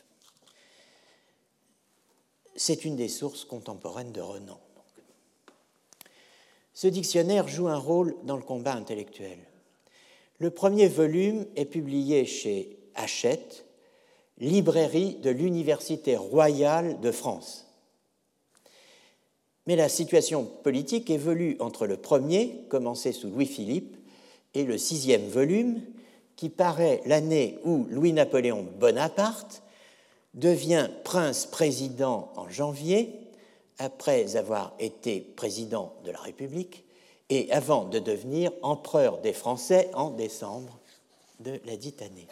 C'est une des sources contemporaines de renom. Ce dictionnaire joue un rôle dans le combat intellectuel. Le premier volume est publié chez Hachette, librairie de l'Université royale de France. Mais la situation politique évolue entre le premier, commencé sous Louis-Philippe, et le sixième volume, qui paraît l'année où Louis-Napoléon Bonaparte devient prince-président en janvier, après avoir été président de la République, et avant de devenir empereur des Français en décembre de la dite année.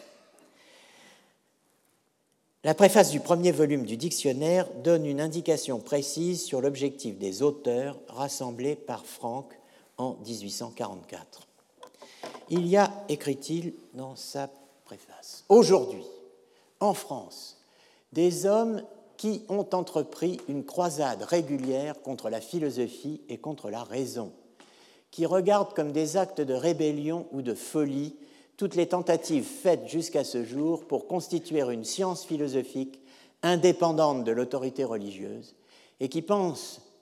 La préface du premier volume du dictionnaire donne une indication précise sur l'objectif des auteurs rassemblés par Franck en dix-huit cent quarante-quatre. Il y a, écrit-il dans sa préface, aujourd'hui, en France, des hommes qui ont entrepris une croisade régulière contre la philosophie et contre la raison, qui regardent comme des actes de rébellion ou de folie toutes les tentatives faites jusqu'à ce jour pour constituer une science philosophique indépendante de l'autorité religieuse et qui pensent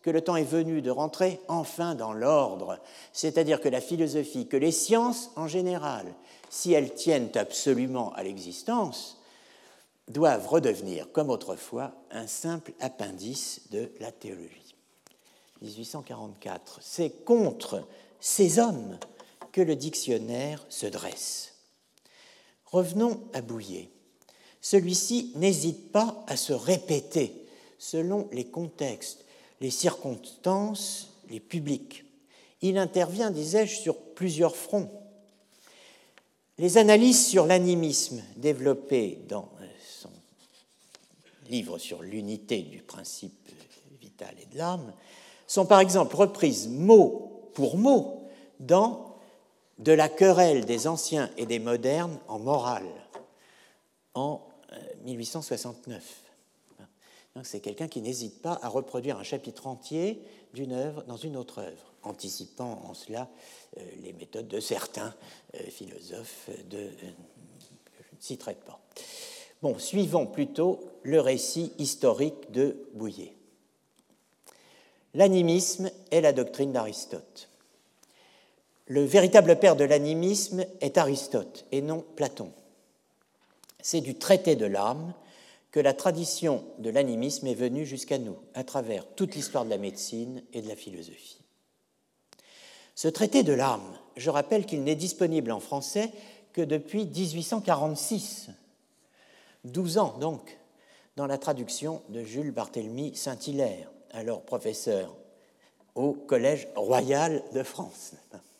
que le temps est venu de rentrer enfin dans l'ordre, c'est-à-dire que la philosophie, que les sciences en général, si elles tiennent absolument à l'existence, doivent redevenir, comme autrefois, un simple appendice de la théologie. dix-huit cent quarante-quatre. C'est contre ces hommes que le dictionnaire se dresse. Revenons à Bouhier. Celui-ci n'hésite pas à se répéter selon les contextes, les circonstances, les publics. Il intervient, disais-je, sur plusieurs fronts. Les analyses sur l'animisme développées dans son livre sur l'unité du principe vital et de l'âme sont par exemple reprises mot pour mot dans De la querelle des anciens et des modernes en morale en mille huit cent soixante-neuf. Donc c'est quelqu'un qui n'hésite pas à reproduire un chapitre entier d'une œuvre dans une autre œuvre, anticipant en cela euh, les méthodes de certains euh, philosophes de, euh, que je ne citerai pas. Bon, suivons plutôt le récit historique de Bouhier. L'animisme est la doctrine d'Aristote. Le véritable père de l'animisme est Aristote et non Platon. C'est du traité de l'âme que la tradition de l'animisme est venue jusqu'à nous, à travers toute l'histoire de la médecine et de la philosophie. Ce traité de l'âme, je rappelle qu'il n'est disponible en français que depuis dix-huit cent quarante-six, douze ans donc, dans la traduction de Jules Barthélemy Saint-Hilaire, alors professeur au Collège royal de France.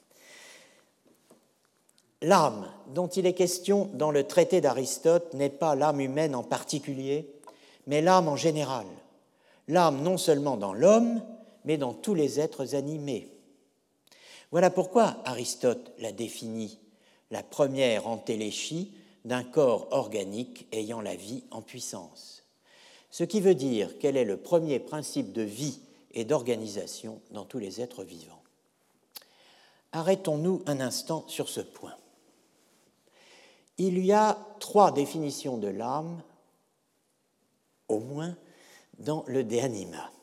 L'âme dont il est question dans le traité d'Aristote n'est pas l'âme humaine en particulier, mais l'âme en général. L'âme non seulement dans l'homme, mais dans tous les êtres animés. Voilà pourquoi Aristote la définit, la première entéléchie d'un corps organique ayant la vie en puissance. Ce qui veut dire qu'elle est le premier principe de vie et d'organisation dans tous les êtres vivants. Arrêtons-nous un instant sur ce point. Il y a trois définitions de l'âme, au moins, dans le De Anima.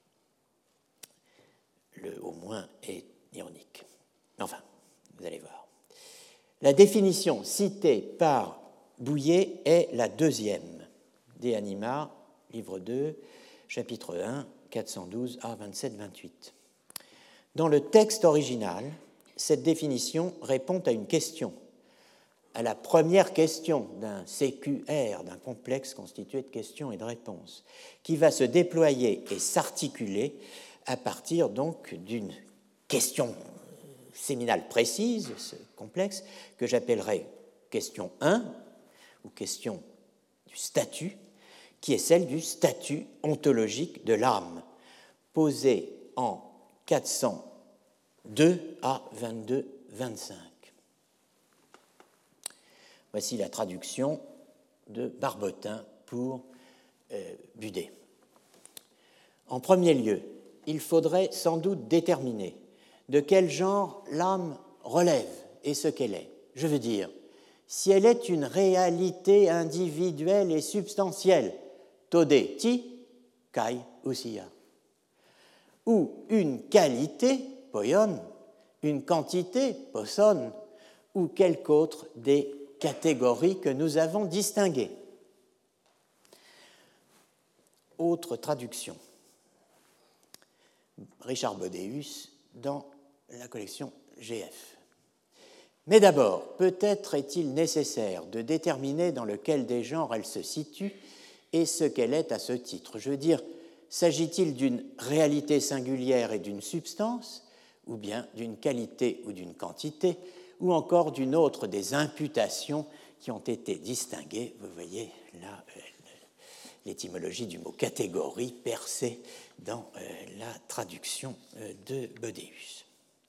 Le « au moins » est ironique. Enfin, vous allez voir. La définition citée par Bouhier est la deuxième. De Anima, livre deux, chapitre un, quatre cent douze à vingt-sept vingt-huit. Dans le texte original, cette définition répond à une question, à la première question d'un C Q R, d'un complexe constitué de questions et de réponses, qui va se déployer et s'articuler à partir donc d'une question séminale précise, ce complexe, que j'appellerai question un, ou question du statut, qui est celle du statut ontologique de l'âme, posée en quatre cent deux à vingt-deux vingt-cinq. Voici la traduction de Barbotin pour euh, Budet. En premier lieu, il faudrait sans doute déterminer de quel genre l'âme relève et ce qu'elle est. Je veux dire, si elle est une réalité individuelle et substantielle, tode ti, kai usia, ou une qualité, poion, une quantité, poson, ou quelque autre des catégories que nous avons distinguées. Autre traduction. Richard Bodéus dans la collection G F. Mais d'abord, peut-être est-il nécessaire de déterminer dans lequel des genres elle se situe et ce qu'elle est à ce titre. Je veux dire, s'agit-il d'une réalité singulière et d'une substance, ou bien d'une qualité ou d'une quantité, ou encore d'une autre des imputations qui ont été distinguées. Vous voyez là l'étymologie du mot catégorie percée dans la traduction de Bodéus.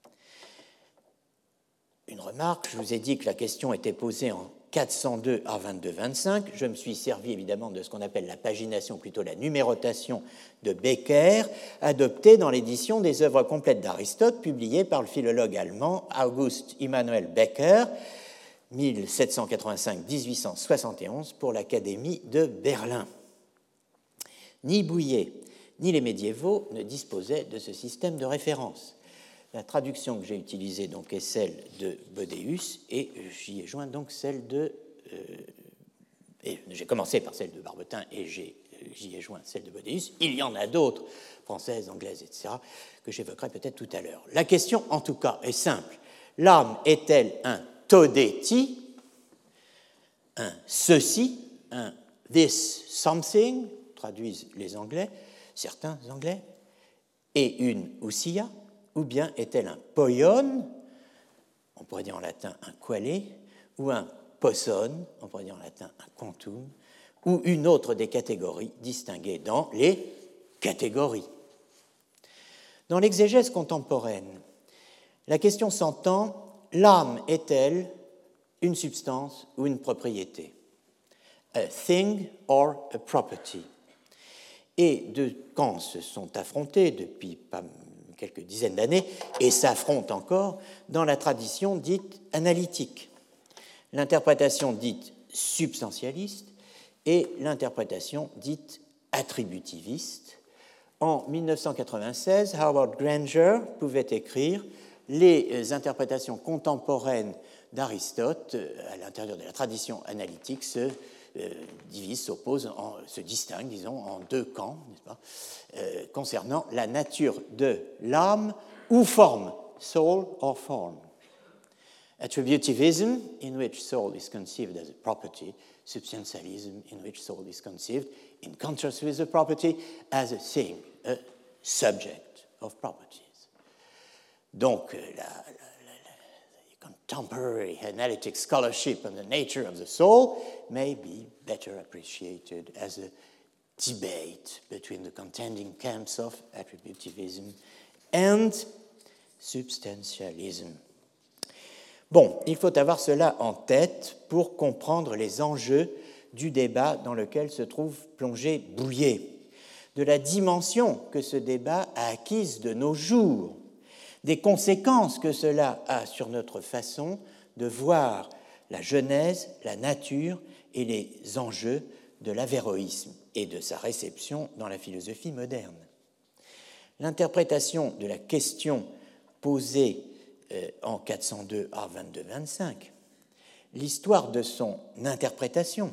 Une remarque, je vous ai dit que la question était posée en quatre cent deux à vingt-deux vingt-cinq. Je me suis servi évidemment de ce qu'on appelle la pagination, plutôt la numérotation de Becker, adoptée dans l'édition des œuvres complètes d'Aristote, publiée par le philologue allemand August Immanuel Becker, mille sept cent quatre-vingt-cinq à dix-huit cent soixante et onze, pour l'Académie de Berlin. Ni Bouhier, ni les médiévaux ne disposaient de ce système de référence. La traduction que j'ai utilisée donc est celle de Bodéus et j'y ai joint donc celle de... Euh, et j'ai commencé par celle de Barbetin et j'ai, j'y ai joint celle de Bodéus. Il y en a d'autres, françaises, anglaises, et cetera, que j'évoquerai peut-être tout à l'heure. La question, en tout cas, est simple. L'âme est-elle un todeti, un ceci, un this something, traduisent les Anglais, certains Anglais, et une ousia, ou bien est-elle un poion, on pourrait dire en latin un quale, ou un poson, on pourrait dire en latin un quantum, ou une autre des catégories distinguées dans les catégories. Dans l'exégèse contemporaine, la question s'entend, l'âme est-elle une substance ou une propriété? A thing or a property. Et deux camps se sont affrontés depuis pas quelques dizaines d'années et s'affrontent encore dans la tradition dite analytique, l'interprétation dite substantialiste et l'interprétation dite attributiviste. En mille neuf cent quatre-vingt-seize, Howard Granger pouvait écrire « Les interprétations contemporaines d'Aristote à l'intérieur de la tradition analytique se euh, divisent, s'opposent, en, se distinguent, disons, en deux camps, n'est-ce pas, euh, concernant la nature de l'âme ou forme, soul or form. Attributivism, in which soul is conceived as a property, substantialism, in which soul is conceived, in contrast with the property, as a thing, a subject of properties. Donc, la, la, la, la contemporary analytic scholarship on the nature of the soul may be better appreciated as a debate between the contending camps of attributivism and substantialism. Bon, il faut avoir cela en tête pour comprendre les enjeux du débat dans lequel se trouve plongé Bouyer, de la dimension que ce débat a acquise de nos jours, des conséquences que cela a sur notre façon de voir la genèse, la nature et les enjeux de l'avéroïsme et de sa réception dans la philosophie moderne. L'interprétation de la question posée en quatre cent deux A vingt-deux vingt-cinq, l'histoire de son interprétation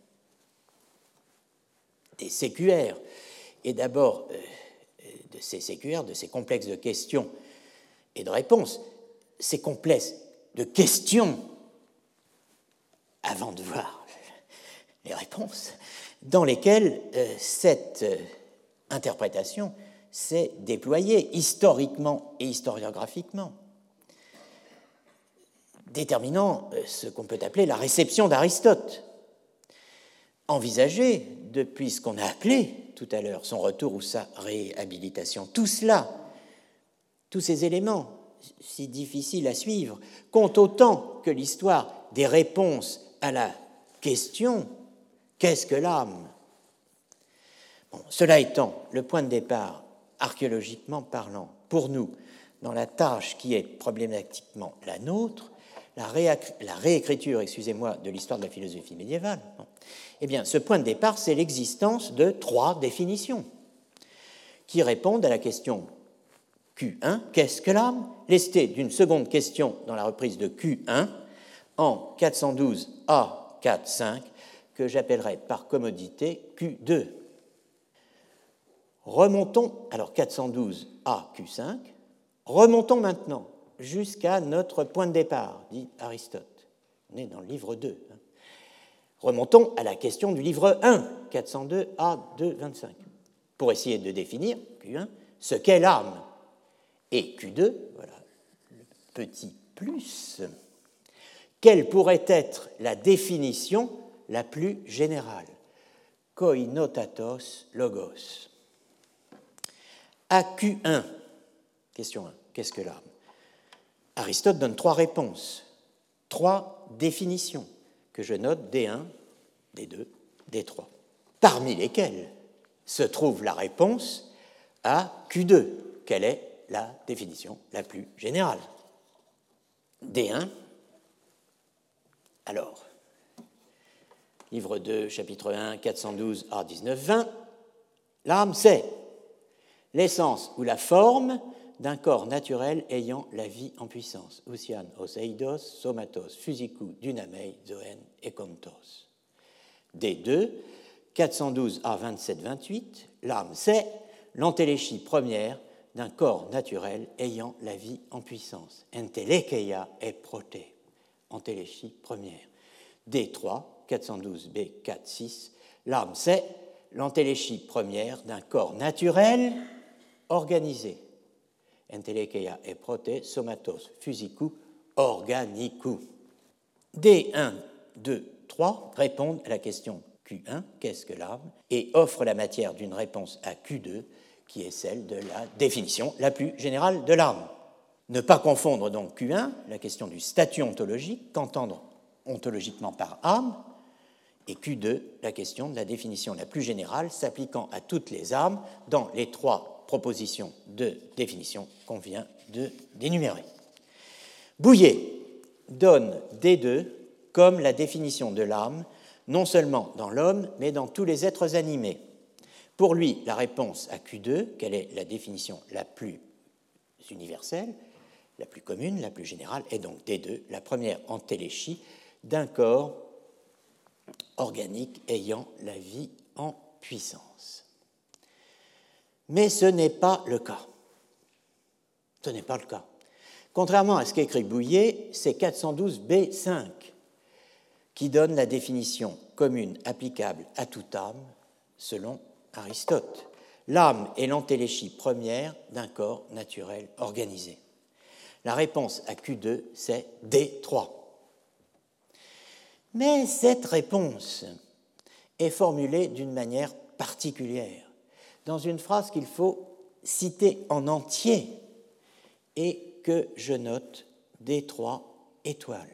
des C Q R, et d'abord de ces C Q R, de ces complexes de questions et de réponses, ces complexes de questions avant de voir les réponses, dans lesquelles cette interprétation s'est déployée historiquement et historiographiquement, déterminant ce qu'on peut appeler la réception d'Aristote, envisagée depuis ce qu'on a appelé tout à l'heure son retour ou sa réhabilitation. Tout cela, tous ces éléments, si difficiles à suivre, comptent autant que l'histoire des réponses à la question « Qu'est-ce que l'âme ?» Bon, cela étant, le point de départ, archéologiquement parlant, pour nous, dans la tâche qui est problématiquement la nôtre, la, réac- la réécriture, excusez-moi, de l'histoire de la philosophie médiévale, non. Eh bien, ce point de départ, c'est l'existence de trois définitions qui répondent à la question Q un, qu'est-ce que l'âme, lestée d'une seconde question dans la reprise de Q un en quatre cent douze A quatre cinq, que j'appellerai par commodité Q deux. Remontons, alors quatre cent douze A Q cinq, remontons maintenant jusqu'à notre point de départ, dit Aristote. On est dans le livre deux. Hein. Remontons à la question du livre un, quatre cent deux A deux vingt-cinq, pour essayer de définir, Q un, ce qu'est l'âme. Et Q deux, voilà, le petit plus, quelle pourrait être la définition la plus générale? Koinotatos logos. À Q un, question un, qu'est-ce que l'âme? Aristote donne trois réponses, trois définitions que je note D un, D deux, D trois, parmi lesquelles se trouve la réponse à Q deux. Quelle est la définition la plus générale? D un, alors, livre deux, chapitre un, quatre cent douze A dix-neuf vingt, l'âme c'est l'essence ou la forme d'un corps naturel ayant la vie en puissance. Ousian, os eidos, somatos, physicou, dunamei, zoen et kontos. D deux, quatre cent douze A vingt-sept vingt-huit, l'âme, c'est l'entéléchie première d'un corps naturel ayant la vie en puissance. Entelekeia et proté, entéléchie première. D trois, quatre cent douze B quatre six, l'âme, c'est l'entéléchie première d'un corps naturel organisé. Entelekeia et proté, somatos, physicou, organicou. D un, deux, trois répondent à la question Q un, qu'est-ce que l'âme, et offrent la matière d'une réponse à Q deux, qui est celle de la définition la plus générale de l'âme. Ne pas confondre donc Q un, la question du statut ontologique, qu'entendre ontologiquement par âme, et Q deux, la question de la définition la plus générale s'appliquant à toutes les âmes dans les trois propositions de définition qu'on vient de d'énumérer. Bouillet donne D deux comme la définition de l'âme, non seulement dans l'homme, mais dans tous les êtres animés. Pour lui, la réponse à Q deux, quelle est la définition la plus universelle, la plus commune, la plus générale, est donc D deux, la première entéléchie d'un corps organique ayant la vie en puissance. Mais ce n'est pas le cas. Ce n'est pas le cas. Contrairement à ce qu'écrit Bouillet, c'est quatre cent douze B cinq qui donne la définition commune applicable à toute âme, selon Aristote. L'âme est l'entéléchie première d'un corps naturel organisé. La réponse à Q deux, c'est D trois. Mais cette réponse est formulée d'une manière particulière, dans une phrase qu'il faut citer en entier et que je note D trois étoiles.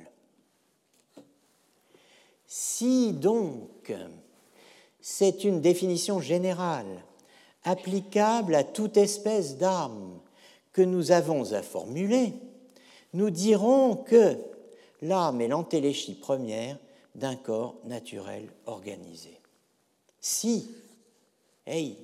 Si donc c'est une définition générale, applicable à toute espèce d'âme que nous avons à formuler, nous dirons que l'âme est l'entéléchie première d'un corps naturel organisé. Si, hey,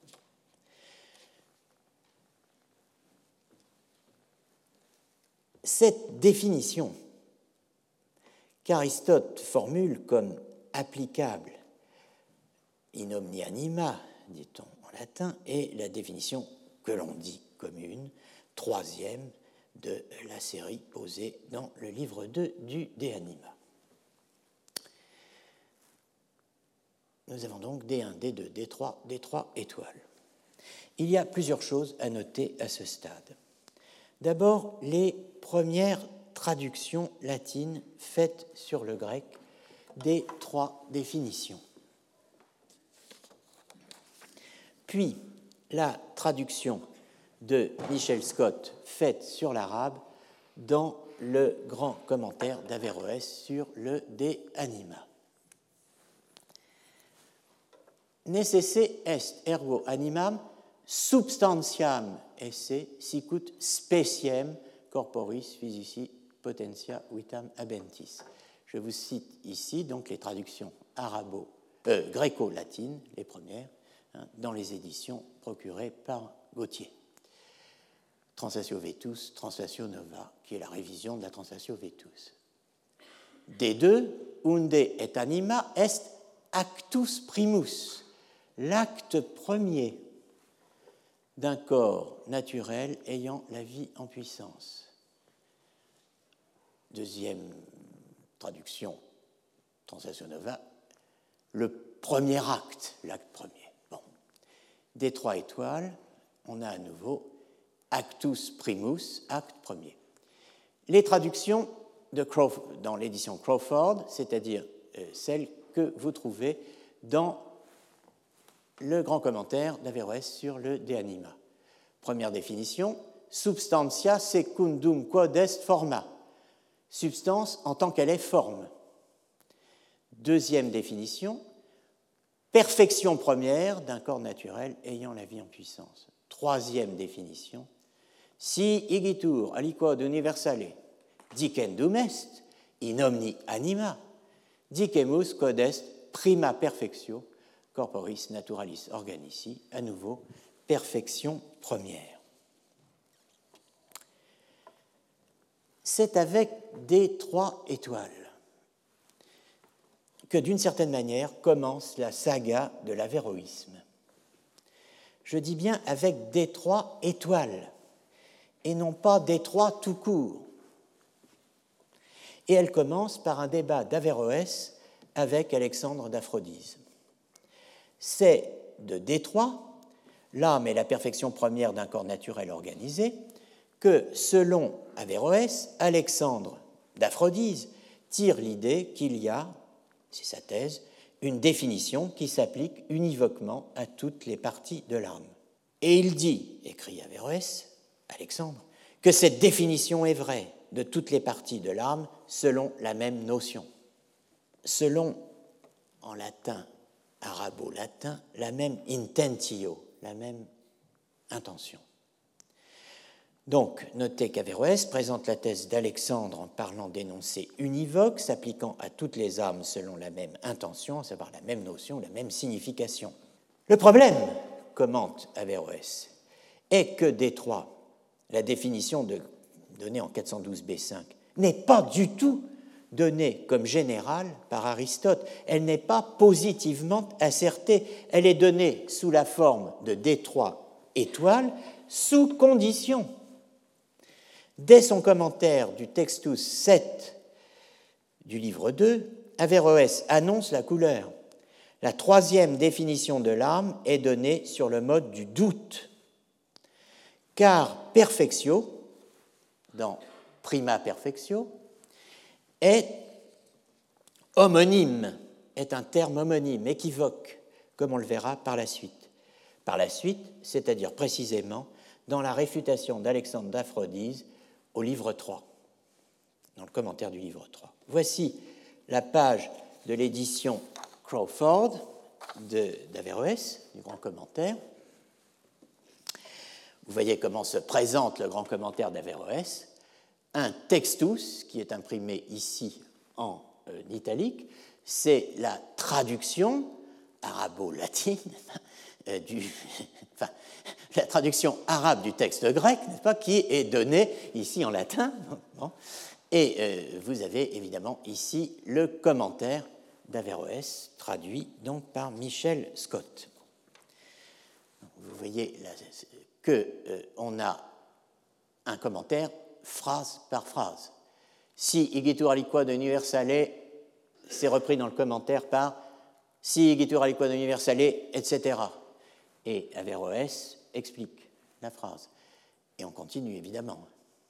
cette définition qu'Aristote formule comme applicable in omni anima, dit-on en latin, est la définition que l'on dit commune, troisième de la série posée dans le livre deux du De Anima. Nous avons donc D un, D deux, D trois, D trois étoiles. Il y a plusieurs choses à noter à ce stade. D'abord, les premières traductions latines faites sur le grec des trois définitions. Puis, la traduction de Michel Scott faite sur l'arabe dans le grand commentaire d'Averroès sur le De Anima. Necesse est ergo animam substantiam esse sicut speciem corporis physici potentia vitam habentis. Je vous cite ici donc les traductions arabo, euh, gréco-latines, les premières, hein, dans les éditions procurées par Gautier. Translatio Vetus, Translatio Nova, qui est la révision de la Translatio Vetus. D deux, unde et anima est actus primus, l'acte premier d'un corps naturel ayant la vie en puissance. Deuxième traduction, Translatio Nova, le premier acte, l'acte premier. Bon. Des trois étoiles, on a à nouveau actus primus, acte premier. Les traductions de Crawford, dans l'édition Crawford, c'est-à-dire euh, celles que vous trouvez dans le grand commentaire d'Averroès sur le De Anima. Première définition, substantia secundum quod est forma, substance en tant qu'elle est forme. Deuxième définition, perfection première d'un corps naturel ayant la vie en puissance. Troisième définition, si igitur aliquod universale dicendum est in omni anima, dicemus quod est prima perfectio corporis naturalis organici, à nouveau perfection première. C'est avec des trois étoiles que, d'une certaine manière, commence la saga de l'avéroïsme. Je dis bien avec des trois étoiles, et non pas des trois tout court. Et elle commence par un débat d'Averroès avec Alexandre d'Aphrodise. C'est de Détroit, l'âme est la perfection première d'un corps naturel organisé, que, selon Averroès, Alexandre d'Aphrodise tire l'idée qu'il y a, c'est sa thèse, une définition qui s'applique univoquement à toutes les parties de l'âme. Et il dit, écrit Averroès, Alexandre, que cette définition est vraie de toutes les parties de l'âme selon la même notion, selon, en latin, arabo-latin, la même intentio, la même intention. Donc, notez qu'Averroès présente la thèse d'Alexandre en parlant d'énoncés univoques s'appliquant à toutes les âmes selon la même intention, à savoir la même notion, la même signification. Le problème, commente Averroès, est que Détroit, la définition de, donnée en quatre cent douze b cinq, n'est pas du tout donnée comme générale par Aristote. Elle n'est pas positivement assertée. Elle est donnée sous la forme de Détroit étoile, sous condition. Dès son commentaire du Textus sept du livre deux, Averroès annonce la couleur. La troisième définition de l'âme est donnée sur le mode du doute, car perfectio, dans prima perfectio, est homonyme, est un terme homonyme, équivoque, comme on le verra par la suite. Par la suite, c'est-à-dire précisément dans la réfutation d'Alexandre d'Aphrodise au livre trois, dans le commentaire du livre trois. Voici la page de l'édition Crawford d'Averroès, du grand commentaire. Vous voyez comment se présente le grand commentaire d'Averroès. Un textus, qui est imprimé ici en euh, italique, c'est la traduction arabo-latine euh, du... enfin, la traduction arabe du texte grec, n'est-ce pas, qui est donnée ici en latin. Bon. Et euh, vous avez évidemment ici le commentaire d'Averroès, traduit donc par Michel Scott. Vous voyez qu'on euh, a un commentaire phrase par phrase. Si igitur aliquod universale, c'est repris dans le commentaire par si igitur aliquod universale, et cetera. Et Averroès explique la phrase. Et on continue, évidemment.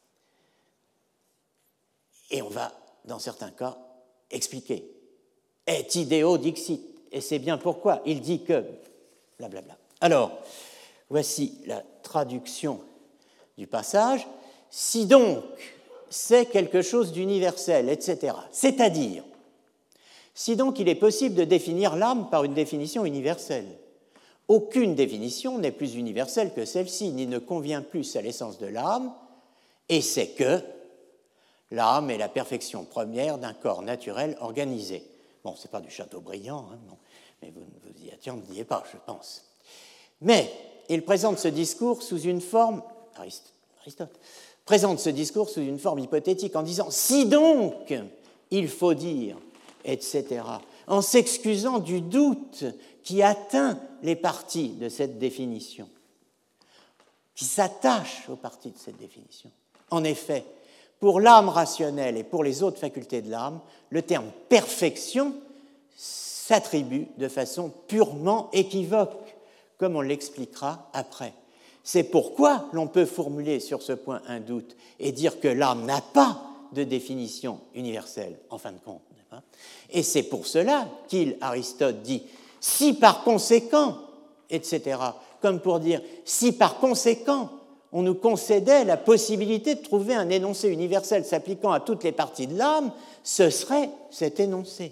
Et on va, dans certains cas, expliquer. Et ideo dixit. Et c'est bien pourquoi il dit que... Blablabla. Alors, voici la traduction du passage. Si donc c'est quelque chose d'universel, et cetera. C'est-à-dire, si donc il est possible de définir l'âme par une définition universelle, aucune définition n'est plus universelle que celle-ci, ni ne convient plus à l'essence de l'âme, et c'est que l'âme est la perfection première d'un corps naturel organisé. Bon, ce n'est pas du Chateaubriand, hein, non, mais vous ne vous y attendiez pas, je pense. Mais il présente ce discours sous une forme, Aristote, présente ce discours sous une forme hypothétique en disant « si donc il faut dire », et cetera, en s'excusant du doute qui atteint les parties de cette définition, qui s'attache aux parties de cette définition. En effet, pour l'âme rationnelle et pour les autres facultés de l'âme, le terme « perfection » s'attribue de façon purement équivoque, comme on l'expliquera après. C'est pourquoi l'on peut formuler sur ce point un doute et dire que l'âme n'a pas de définition universelle, en fin de compte. Et c'est pour cela qu'il, Aristote, dit « si par conséquent », et cetera, comme pour dire « si par conséquent », on nous concédait la possibilité de trouver un énoncé universel s'appliquant à toutes les parties de l'âme, ce serait cet énoncé.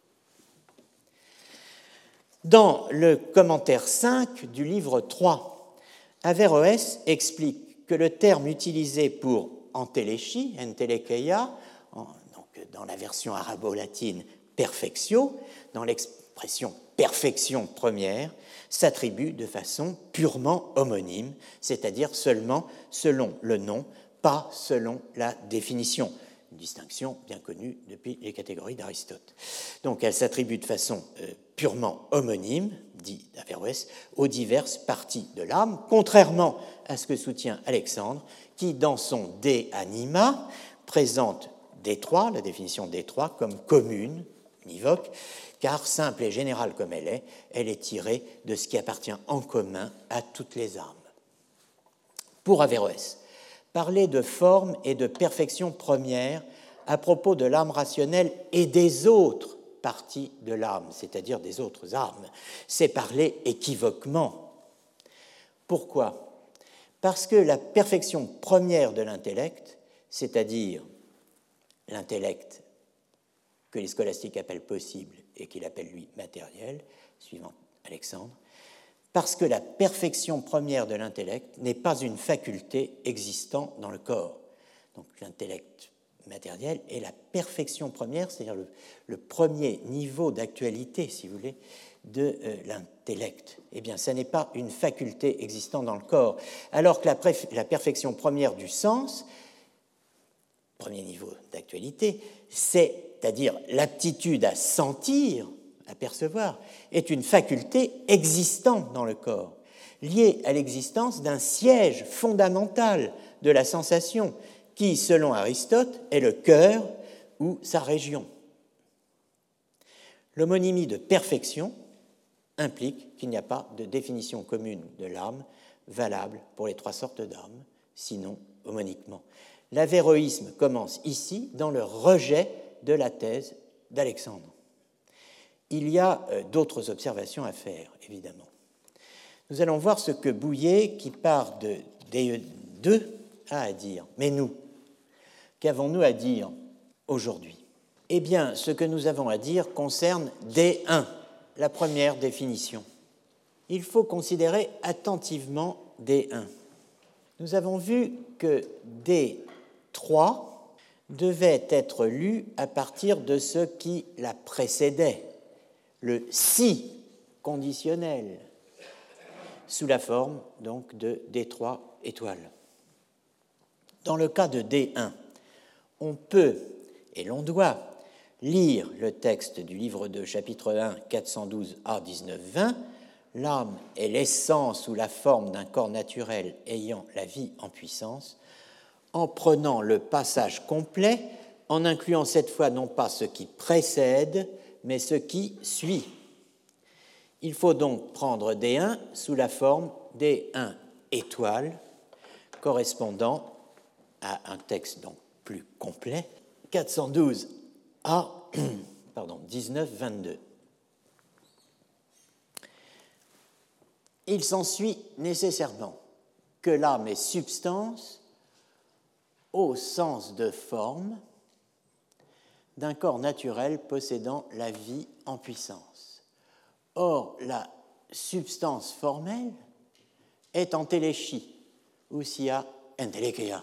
Dans le commentaire cinq du livre trois, Averroès explique que le terme utilisé pour entéléchie, entelecheia, donc dans la version arabo-latine perfectio, dans l'expression perfection première s'attribue de façon purement homonyme, c'est-à-dire seulement selon le nom, pas selon la définition. Une distinction bien connue depuis les catégories d'Aristote. Donc elle s'attribue de façon euh, purement homonyme, dit Averroès, aux diverses parties de l'âme, contrairement à ce que soutient Alexandre, qui, dans son De Anima, présente D trois, la définition D trois, comme commune, univoque, car simple et générale comme elle est, elle est tirée de ce qui appartient en commun à toutes les âmes. Pour Averroès, parler de forme et de perfection première à propos de l'âme rationnelle et des autres parties de l'âme, c'est-à-dire des autres âmes, c'est parler équivoquement. Pourquoi ? Parce que la perfection première de l'intellect, c'est-à-dire l'intellect que les scolastiques appellent possible et qu'il appelle lui matériel, suivant Alexandre, parce que la perfection première de l'intellect n'est pas une faculté existant dans le corps. Donc l'intellect matériel est la perfection première, c'est-à-dire le, le premier niveau d'actualité, si vous voulez, de euh, l'intellect. Eh bien, ça n'est pas une faculté existant dans le corps, alors que la, préf- la perfection première du sens, premier niveau d'actualité, c'est-à-dire l'aptitude à sentir, à percevoir, est une faculté existante dans le corps, liée à l'existence d'un siège fondamental de la sensation, qui, selon Aristote, est le cœur ou sa région. L'homonymie de perfection implique qu'il n'y a pas de définition commune de l'âme valable pour les trois sortes d'âmes, sinon homoniquement. L'avéroïsme commence ici dans le rejet de la thèse d'Alexandre. Il y a euh, d'autres observations à faire, évidemment. Nous allons voir ce que Bouillet, qui part de D E deux, a à dire. Mais nous, qu'avons-nous à dire aujourd'hui ? Eh bien, ce que nous avons à dire concerne D un, la première définition. Il faut considérer attentivement D un. Nous avons vu que D trois devait être lu à partir de ce qui la précédait, le si conditionnel, sous la forme donc de D trois étoiles. Dans le cas de D un, on peut et l'on doit lire le texte du livre deux, chapitre un, quatre cent douze A dix-neuf vingt, l'âme est l'essence sous la forme d'un corps naturel ayant la vie en puissance, en prenant le passage complet, en incluant cette fois non pas ce qui précède, mais ce qui suit. Il faut donc prendre D un sous la forme D un étoile, correspondant à un texte donc plus complet, quatre cent douze A pardon, dix-neuf vingt-deux. Il s'ensuit nécessairement que l'âme est substance au sens de forme d'un corps naturel possédant la vie en puissance. Or, la substance formelle est entéléchie, ousia entelecheia.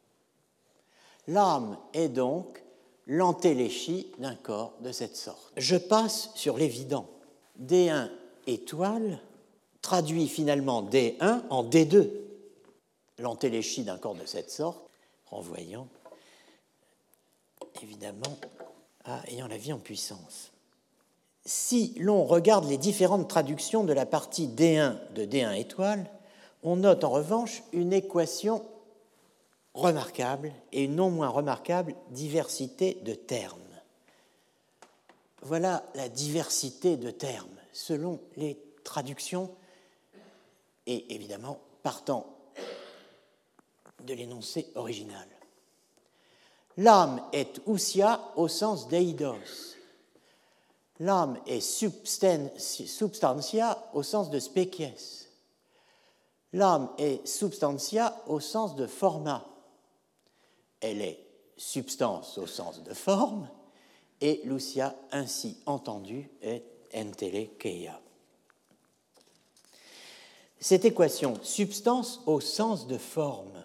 L'âme est donc l'entéléchie d'un corps de cette sorte. Je passe sur l'évident. D un étoile traduit finalement D un en D deux, l'entéléchie d'un corps de cette sorte, renvoyant évidemment à ayant la vie en puissance. Si l'on regarde les différentes traductions de la partie D un de D un étoile, on note en revanche une équation remarquable et une non moins remarquable diversité de termes. Voilà la diversité de termes selon les traductions et évidemment partant de l'énoncé original. L'âme est ousia au sens d'eidos. L'âme est substantia au sens de species. L'âme est substantia au sens de forma. Elle est substance au sens de forme, et l'ousia ainsi entendue est entelecheia. Cette équation substance au sens de forme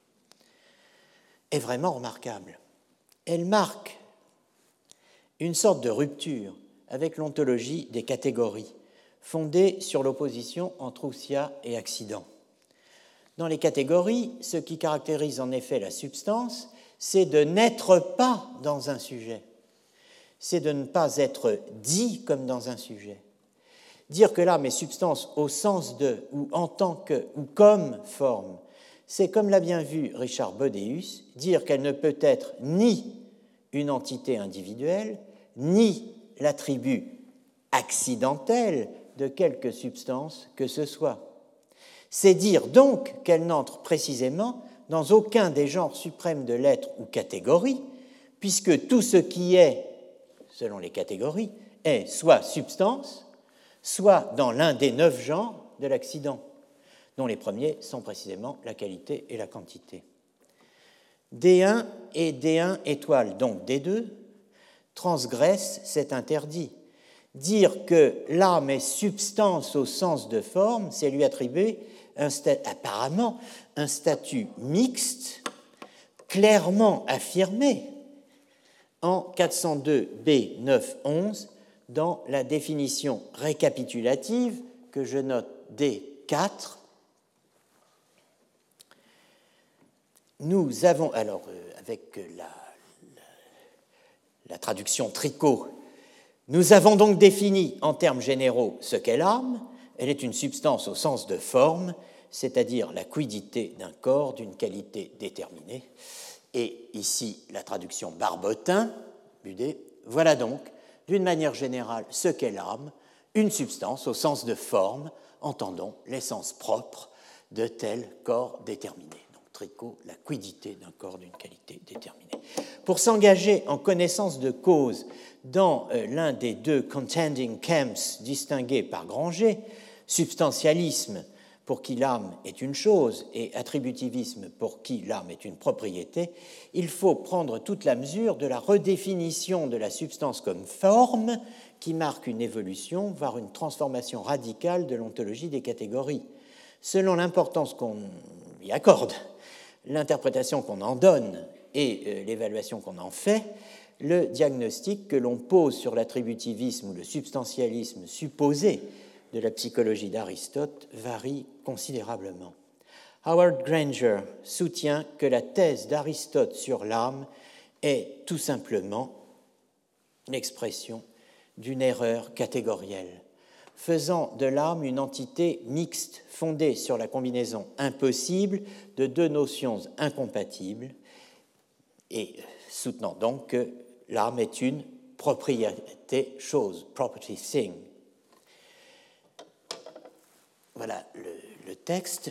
est vraiment remarquable. Elle marque une sorte de rupture avec l'ontologie des catégories, fondée sur l'opposition entre ousia et accident. Dans les catégories, ce qui caractérise en effet la substance, c'est de n'être pas dans un sujet, c'est de ne pas être dit comme dans un sujet. Dire que l'âme est substance au sens de, ou en tant que, ou comme forme, c'est, comme l'a bien vu Richard Bodeus, dire qu'elle ne peut être ni une entité individuelle, ni l'attribut accidentel de quelque substance que ce soit. C'est dire donc qu'elle n'entre précisément dans aucun des genres suprêmes de l'être ou catégorie, puisque tout ce qui est, selon les catégories, est soit substance, soit dans l'un des neuf genres de l'accident, dont les premiers sont précisément la qualité et la quantité. D un et D un étoile, donc D deux, transgressent cet interdit. Dire que l'âme est substance au sens de forme, c'est lui attribuer un sta- apparemment un statut mixte, clairement affirmé en quatre cent deux B neuf onze dans la définition récapitulative que je note D quatre. Nous avons, alors euh, avec la, la, la traduction Tricot, nous avons donc défini en termes généraux ce qu'est l'âme. Elle est une substance au sens de forme, c'est-à-dire la quiddité d'un corps d'une qualité déterminée. Et ici, la traduction Barbotin, Budet, voilà donc, d'une manière générale, ce qu'est l'âme, une substance au sens de forme, entendons l'essence propre de tel corps déterminé. Donc, Tricot, la quiddité d'un corps d'une qualité déterminée. Pour s'engager en connaissance de cause dans euh, l'un des deux contending camps distingués par Granger, substantialisme pour qui l'âme est une chose et attributivisme pour qui l'âme est une propriété, il faut prendre toute la mesure de la redéfinition de la substance comme forme qui marque une évolution, voire une transformation radicale de l'ontologie des catégories. Selon l'importance qu'on y accorde, l'interprétation qu'on en donne et l'évaluation qu'on en fait, le diagnostic que l'on pose sur l'attributivisme ou le substantialisme supposé de la psychologie d'Aristote varie considérablement. Howard Granger soutient que la thèse d'Aristote sur l'âme est tout simplement l'expression d'une erreur catégorielle, faisant de l'âme une entité mixte fondée sur la combinaison impossible de deux notions incompatibles et soutenant donc que l'âme est une propriété chose, property thing. Voilà le, le texte.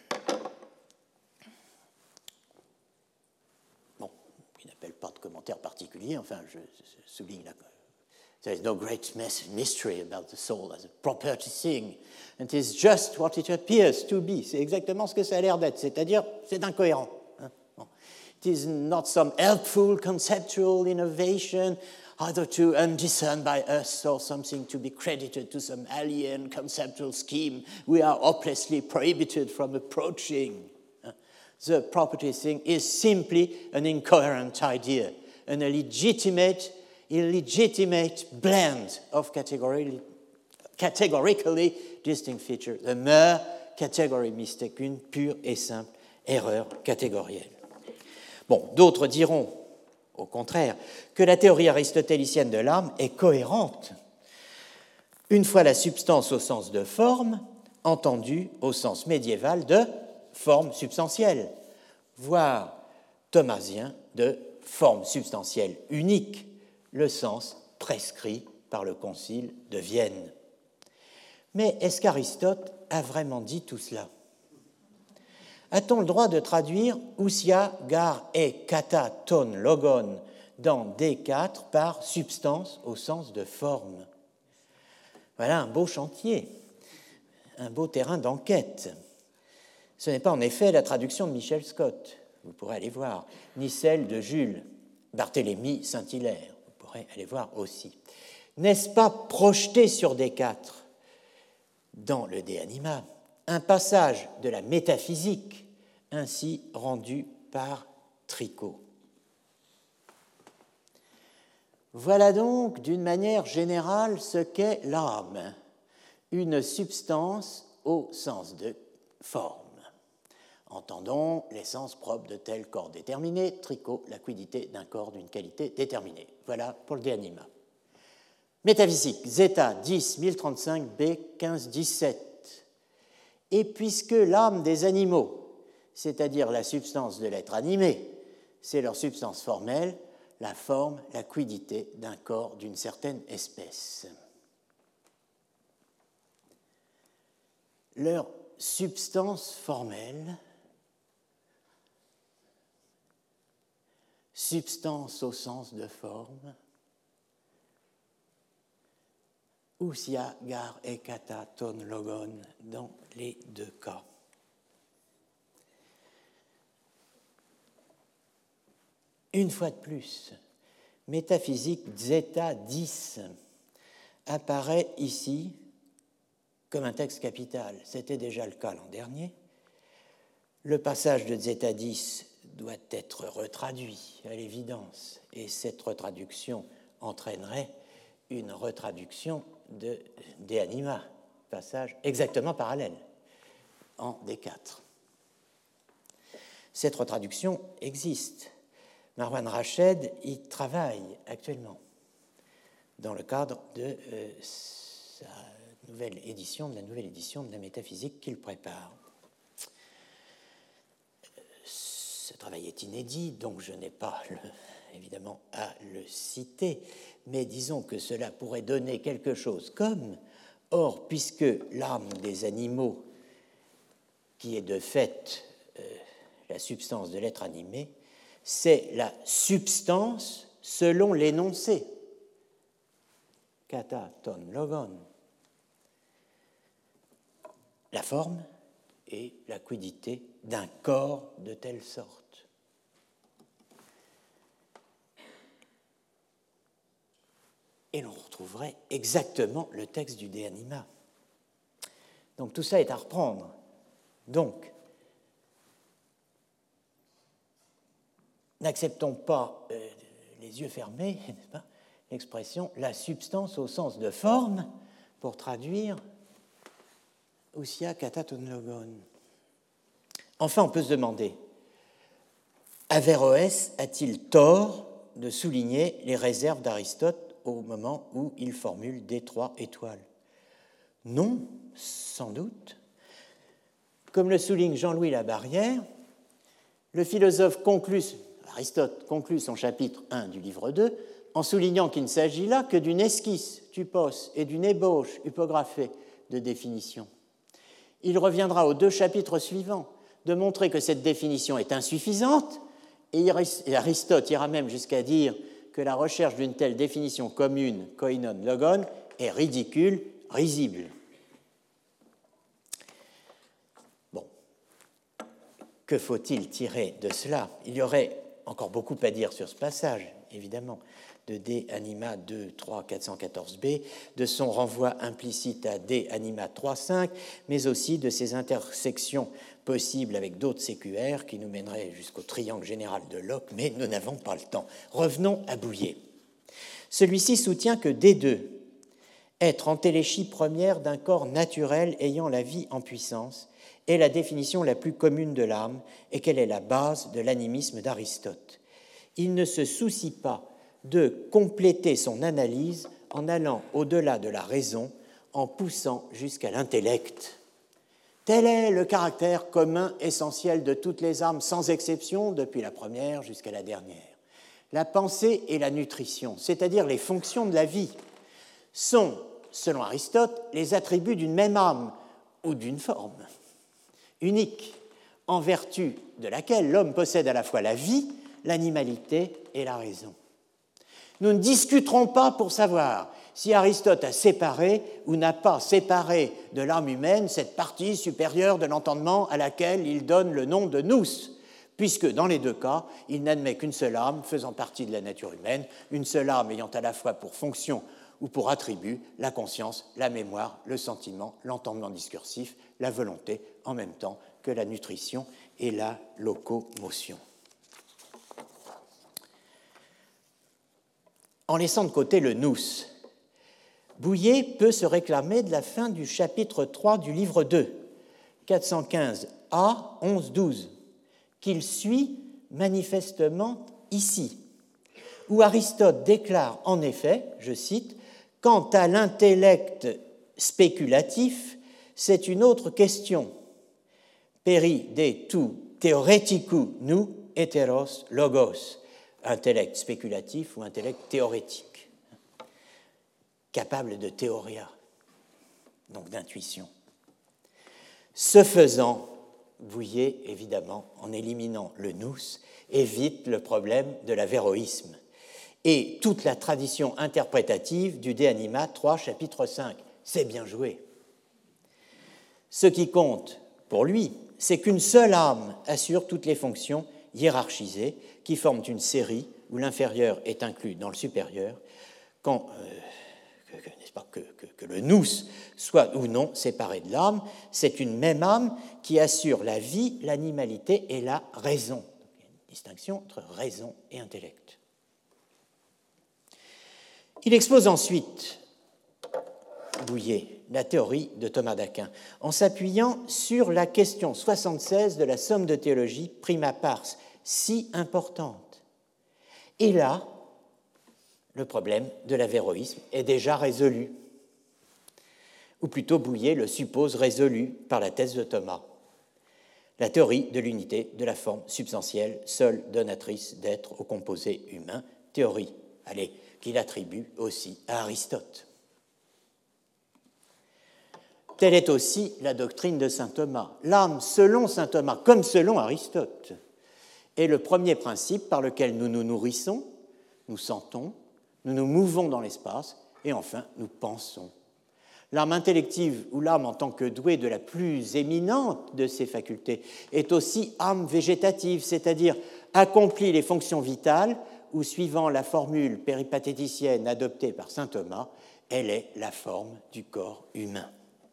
Bon, il n'appelle pas de commentaire particulier, enfin, je, je souligne là. There is no great mystery about the soul as a property thing. It is just what it appears to be. C'est exactement ce que ça a l'air d'être, c'est-à-dire c'est incohérent. Hein? Bon. It is not some helpful conceptual innovation, either to undiscerned by us or something to be credited to some alien conceptual scheme we are hopelessly prohibited from approaching. The property thing is simply an incoherent idea, an illegitimate, illegitimate blend of categorically, categorically distinct features, a mere category mistake, une pure et simple erreur catégorielle. Bon, d'autres diront, au contraire, que la théorie aristotélicienne de l'âme est cohérente, une fois la substance au sens de forme, entendue au sens médiéval de forme substantielle, voire thomasien de forme substantielle unique, le sens prescrit par le Concile de Vienne. Mais est-ce qu'Aristote a vraiment dit tout cela ? A-t-on le droit de traduire ousia, gar et kata ton logon dans D quatre par substance au sens de forme? Voilà un beau chantier, un beau terrain d'enquête. Ce n'est pas en effet la traduction de Michel Scott, vous pourrez aller voir, ni celle de Jules Barthélemy Saint-Hilaire, vous pourrez aller voir aussi. N'est-ce pas projeté sur D quatre, dans le De Anima, un passage de la métaphysique ainsi rendu par Tricot? Voilà donc, d'une manière générale, ce qu'est l'âme, une substance au sens de forme. Entendons l'essence propre de tel corps déterminé, tricot, la quiddité d'un corps d'une qualité déterminée. Voilà pour le De Anima. Métaphysique, Zeta dix mille trente-cinq B quinze dix-sept. Et puisque l'âme des animaux, c'est-à-dire la substance de l'être animé, c'est leur substance formelle, la forme, la quiddité d'un corps d'une certaine espèce. Leur substance formelle, substance au sens de forme, ousia, gar et kata, ton, logon, dans les deux cas. Une fois de plus, métaphysique Zeta dix apparaît ici comme un texte capital. C'était déjà le cas l'an dernier. Le passage de Zeta dix doit être retraduit à l'évidence, et cette retraduction entraînerait une retraduction de De Anima, passage exactement parallèle, en D quatre. Cette retraduction existe. Marwan Rached y travaille actuellement dans le cadre de euh, sa nouvelle édition, de la nouvelle édition de la métaphysique qu'il prépare. Ce travail est inédit, donc je n'ai pas le, évidemment à le citer, mais disons que cela pourrait donner quelque chose comme, or, puisque l'âme des animaux, qui est de fait euh, la substance de l'être animé, c'est la substance selon l'énoncé. Kata, ton, logon. La forme et la quiddité d'un corps de telle sorte. Et l'on retrouverait exactement le texte du De Anima. Donc tout ça est à reprendre. Donc, n'acceptons pas euh, les yeux fermés, n'est-ce pas, l'expression la substance au sens de forme pour traduire ousia kata ton logon. Enfin, on peut se demander, Averroès a-t-il tort de souligner les réserves d'Aristote au moment où il formule des trois étoiles? Non, sans doute. Comme le souligne Jean-Louis Labarrière, le philosophe conclut, Aristote conclut son chapitre un du livre deux en soulignant qu'il ne s'agit là que d'une esquisse, typos, et d'une ébauche, hypographée, de définition. Il reviendra aux deux chapitres suivants de montrer que cette définition est insuffisante, et Aristote ira même jusqu'à dire que la recherche d'une telle définition commune, koinon logon, est ridicule, risible. Bon, que faut-il tirer de cela? Il y aurait encore beaucoup à dire sur ce passage, évidemment, de De Anima deux, trois, quatre cent quatorze b, de son renvoi implicite à De Anima trois, cinq, mais aussi de ses intersections possibles avec d'autres C Q R qui nous mèneraient jusqu'au triangle général de Locke, mais nous n'avons pas le temps. Revenons à Bouillet. Celui-ci soutient que D deux, être entéléchie première d'un corps naturel ayant la vie en puissance, est la définition la plus commune de l'âme et qu'elle est la base de l'animisme d'Aristote. Il ne se soucie pas de compléter son analyse en allant au-delà de la raison, en poussant jusqu'à l'intellect. Tel est le caractère commun essentiel de toutes les âmes, sans exception, depuis la première jusqu'à la dernière. La pensée et la nutrition, c'est-à-dire les fonctions de la vie, sont, selon Aristote, les attributs d'une même âme ou d'une forme unique, en vertu de laquelle l'homme possède à la fois la vie, l'animalité et la raison. Nous ne discuterons pas pour savoir si Aristote a séparé ou n'a pas séparé de l'âme humaine cette partie supérieure de l'entendement à laquelle il donne le nom de nous, puisque dans les deux cas, il n'admet qu'une seule âme faisant partie de la nature humaine, une seule âme ayant à la fois pour fonction ou pour attribut la conscience, la mémoire, le sentiment, l'entendement discursif, la volonté, en même temps que la nutrition et la locomotion. En en laissant de côté le nous. Bouillet peut se réclamer de la fin du chapitre trois du livre deux, quatre cent quinze A, onze douze, qu'il suit manifestement ici, où Aristote déclare en effet, je cite, « Quant à l'intellect spéculatif, c'est une autre question. Peri de tu theoreticou nu heteros logos » intellect spéculatif ou intellect théorétique, capable de théoria, donc d'intuition. Ce faisant, Bouillet, évidemment, en éliminant le nous, évite le problème de l'avéroïsme et toute la tradition interprétative du De Anima trois, chapitre cinq. C'est bien joué. Ce qui compte, pour lui, c'est qu'une seule âme assure toutes les fonctions hiérarchisées qui forment une série où l'inférieur est inclus dans le supérieur, quand, euh, que, n'est-ce pas, que, que, que le nous soit ou non séparé de l'âme. C'est une même âme qui assure la vie, l'animalité et la raison. Il y a une distinction entre raison et intellect. Il expose ensuite, Bouillet, la théorie de Thomas d'Aquin, en s'appuyant sur la question soixante-seize de la Somme de théologie prima pars, si importante. Et là, le problème de l'avéroïsme est déjà résolu, ou plutôt Bouillet le suppose résolu par la thèse de Thomas. La théorie de l'unité de la forme substantielle, seule donatrice d'être au composé humain, théorie, allez, qu'il attribue aussi à Aristote. Telle est aussi la doctrine de saint Thomas. L'âme, selon saint Thomas, comme selon Aristote, est le premier principe par lequel nous nous nourrissons, nous sentons, nous nous mouvons dans l'espace et enfin nous pensons. L'âme intellective ou l'âme en tant que douée de la plus éminente de ses facultés est aussi âme végétative, c'est-à-dire accomplit les fonctions vitales ou, suivant la formule péripatéticienne adoptée par saint Thomas, elle est la forme du corps humain.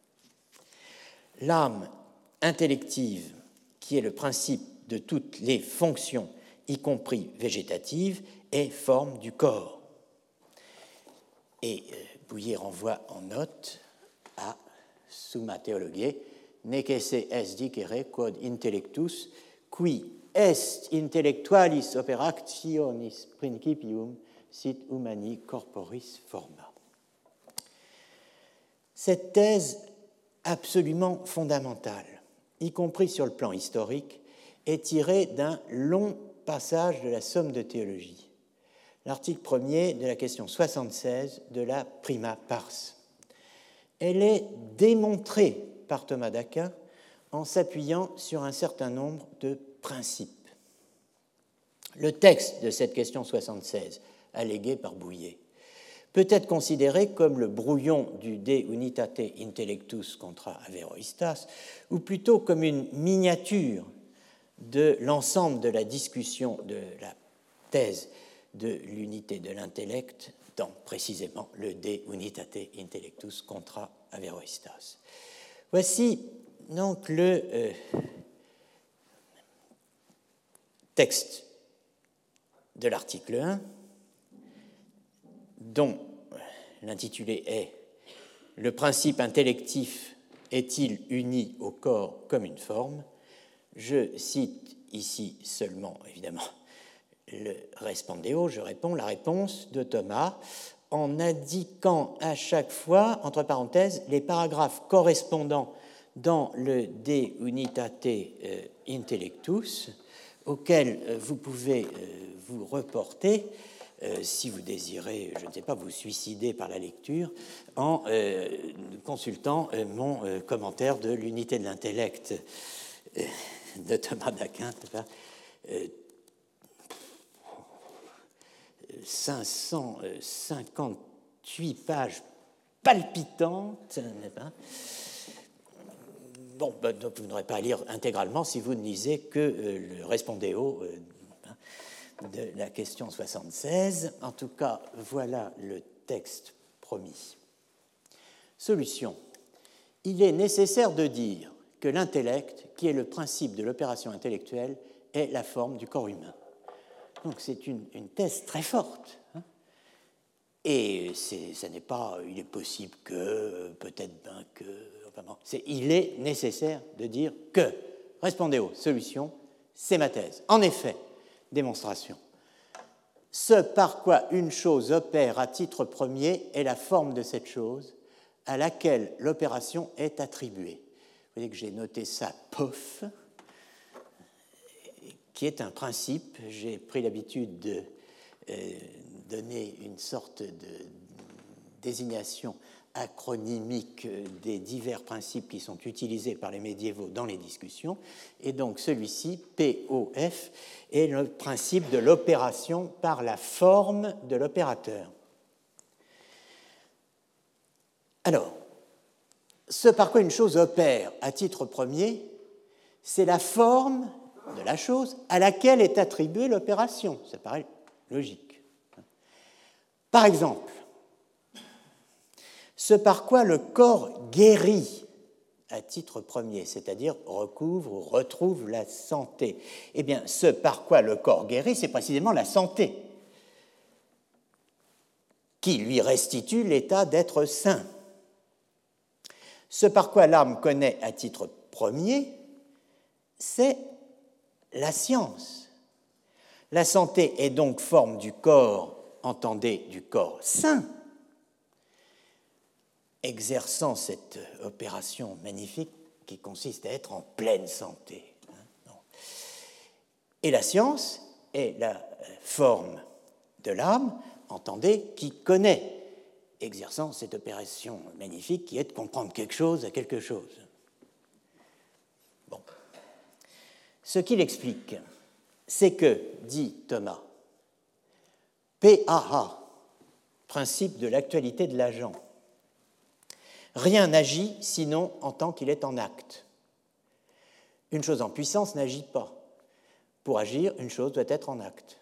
L'âme intellective, qui est le principe de toutes les fonctions, y compris végétatives, est forme du corps. Et euh, Bouillet renvoie en note à Summa Theologiae, necesse est dicere quod intellectus, qui est intellectualis operationis principium sit humani corporis forma. Cette thèse absolument fondamentale, y compris sur le plan historique, est tirée d'un long passage de la Somme de théologie, l'article premier de la question soixante-seize de la Prima Pars. Elle est démontrée par Thomas d'Aquin en s'appuyant sur un certain nombre de principes. Le texte de cette question soixante-seize, allégué par Bouillet, peut être considéré comme le brouillon du De Unitate Intellectus contra Averroistas, ou plutôt comme une miniature de l'ensemble de la discussion de la thèse de l'unité de l'intellect dans précisément le De Unitate Intellectus contra Averroistas. Voici donc le euh, texte de l'article un, dont l'intitulé est « Le principe intellectif est-il uni au corps comme une forme ?» Je cite ici seulement, évidemment, le respondéo, je réponds la réponse de Thomas en indiquant à chaque fois, entre parenthèses, les paragraphes correspondants dans le De Unitate Intellectus, auxquels vous pouvez vous reporter Euh, si vous désirez, je ne sais pas, vous suicider par la lecture, en euh, consultant euh, mon euh, commentaire de l'unité de l'intellect euh, de Thomas d'Aquin, euh, cinq cent cinquante-huit pages palpitantes, pas bon, ben, donc vous n'aurez pas à lire intégralement si vous ne lisez que euh, le respondéo euh, de la question soixante-seize. En tout cas, voilà le texte promis. Solution. Il est nécessaire de dire que l'intellect, qui est le principe de l'opération intellectuelle, est la forme du corps humain. Donc c'est une, une thèse très forte. Hein. Et ça n'est pas, il est possible que, peut-être bien que, enfin bon, il est nécessaire de dire que. Respondeo, solution, c'est ma thèse. En effet, démonstration. Ce par quoi une chose opère à titre premier est la forme de cette chose à laquelle l'opération est attribuée. Vous voyez que j'ai noté ça, pof, qui est un principe. J'ai pris l'habitude de euh, donner une sorte de désignation acronymique des divers principes qui sont utilisés par les médiévaux dans les discussions. Et donc celui-ci, P O F, est le principe de l'opération par la forme de l'opérateur. Alors, ce par quoi une chose opère à titre premier, c'est la forme de la chose à laquelle est attribuée l'opération. Ça paraît logique. Par exemple, ce par quoi le corps guérit à titre premier, c'est-à-dire recouvre ou retrouve la santé. Eh bien, ce par quoi le corps guérit, c'est précisément la santé, qui lui restitue l'état d'être sain. Ce par quoi l'âme connaît à titre premier, c'est la science. La santé est donc forme du corps, entendez, du corps sain, exerçant cette opération magnifique qui consiste à être en pleine santé. Et la science est la forme de l'âme, entendez, qui connaît, exerçant cette opération magnifique qui est de comprendre quelque chose à quelque chose. Bon. Ce qu'il explique, c'est que, dit Thomas, P A A, principe de l'actualité de l'agent, rien n'agit sinon en tant qu'il est en acte. Une chose en puissance n'agit pas. Pour agir, une chose doit être en acte.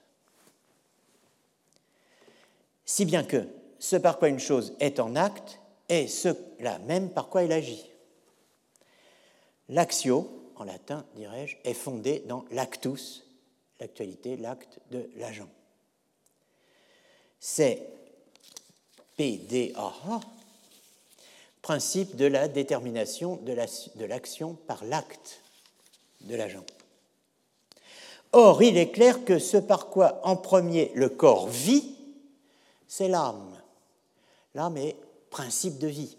Si bien que ce par quoi une chose est en acte est ce-là même par quoi elle agit. L'actio, en latin, dirais-je, est fondé dans l'actus, l'actualité, l'acte de l'agent. C'est P D A A, principe de la détermination de, la, de l'action par l'acte de l'agent. Or, il est clair que ce par quoi en premier le corps vit, c'est l'âme. L'âme est principe de vie.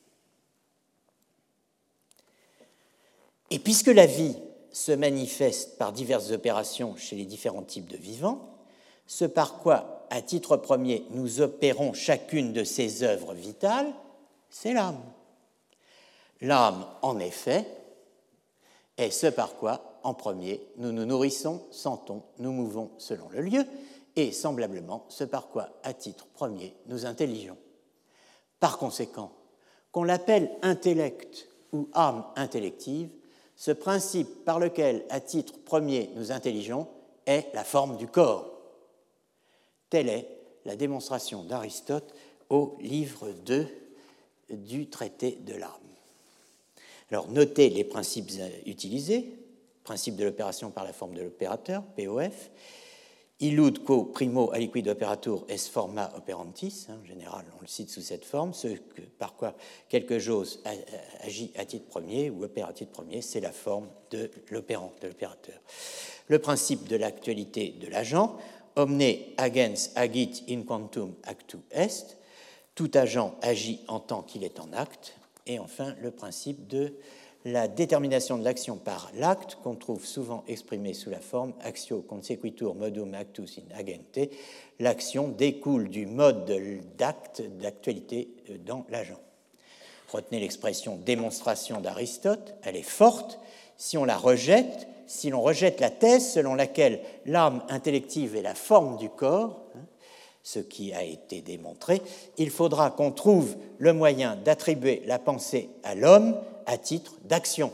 Et puisque la vie se manifeste par diverses opérations chez les différents types de vivants, ce par quoi, à titre premier, nous opérons chacune de ces œuvres vitales, c'est l'âme. L'âme, en effet, est ce par quoi, en premier, nous nous nourrissons, sentons, nous mouvons selon le lieu, et semblablement ce par quoi, à titre premier, nous intelligeons. Par conséquent, qu'on l'appelle intellect ou âme intellective, ce principe par lequel, à titre premier, nous intelligeons est la forme du corps. Telle est la démonstration d'Aristote au livre deux du traité de l'âme. Alors, notez les principes utilisés. Principe de l'opération par la forme de l'opérateur, P O F. Illud quo primo aliquid operatur est forma operantis. En général, on le cite sous cette forme. Ce que, par quoi quelque chose agit à titre premier ou opère à titre premier, c'est la forme de l'opérant, de l'opérateur. Le principe de l'actualité de l'agent, omne agens agit in quantum actu est. Tout agent agit en tant qu'il est en acte. Et enfin, le principe de la détermination de l'action par l'acte, qu'on trouve souvent exprimé sous la forme actio consequitur modum actus in agente. L'action découle du mode d'acte, d'actualité dans l'agent. Retenez l'expression démonstration d'Aristote, elle est forte. Si on la rejette, si l'on rejette la thèse selon laquelle l'âme intellective est la forme du corps, ce qui a été démontré, il faudra qu'on trouve le moyen d'attribuer la pensée à l'homme à titre d'action.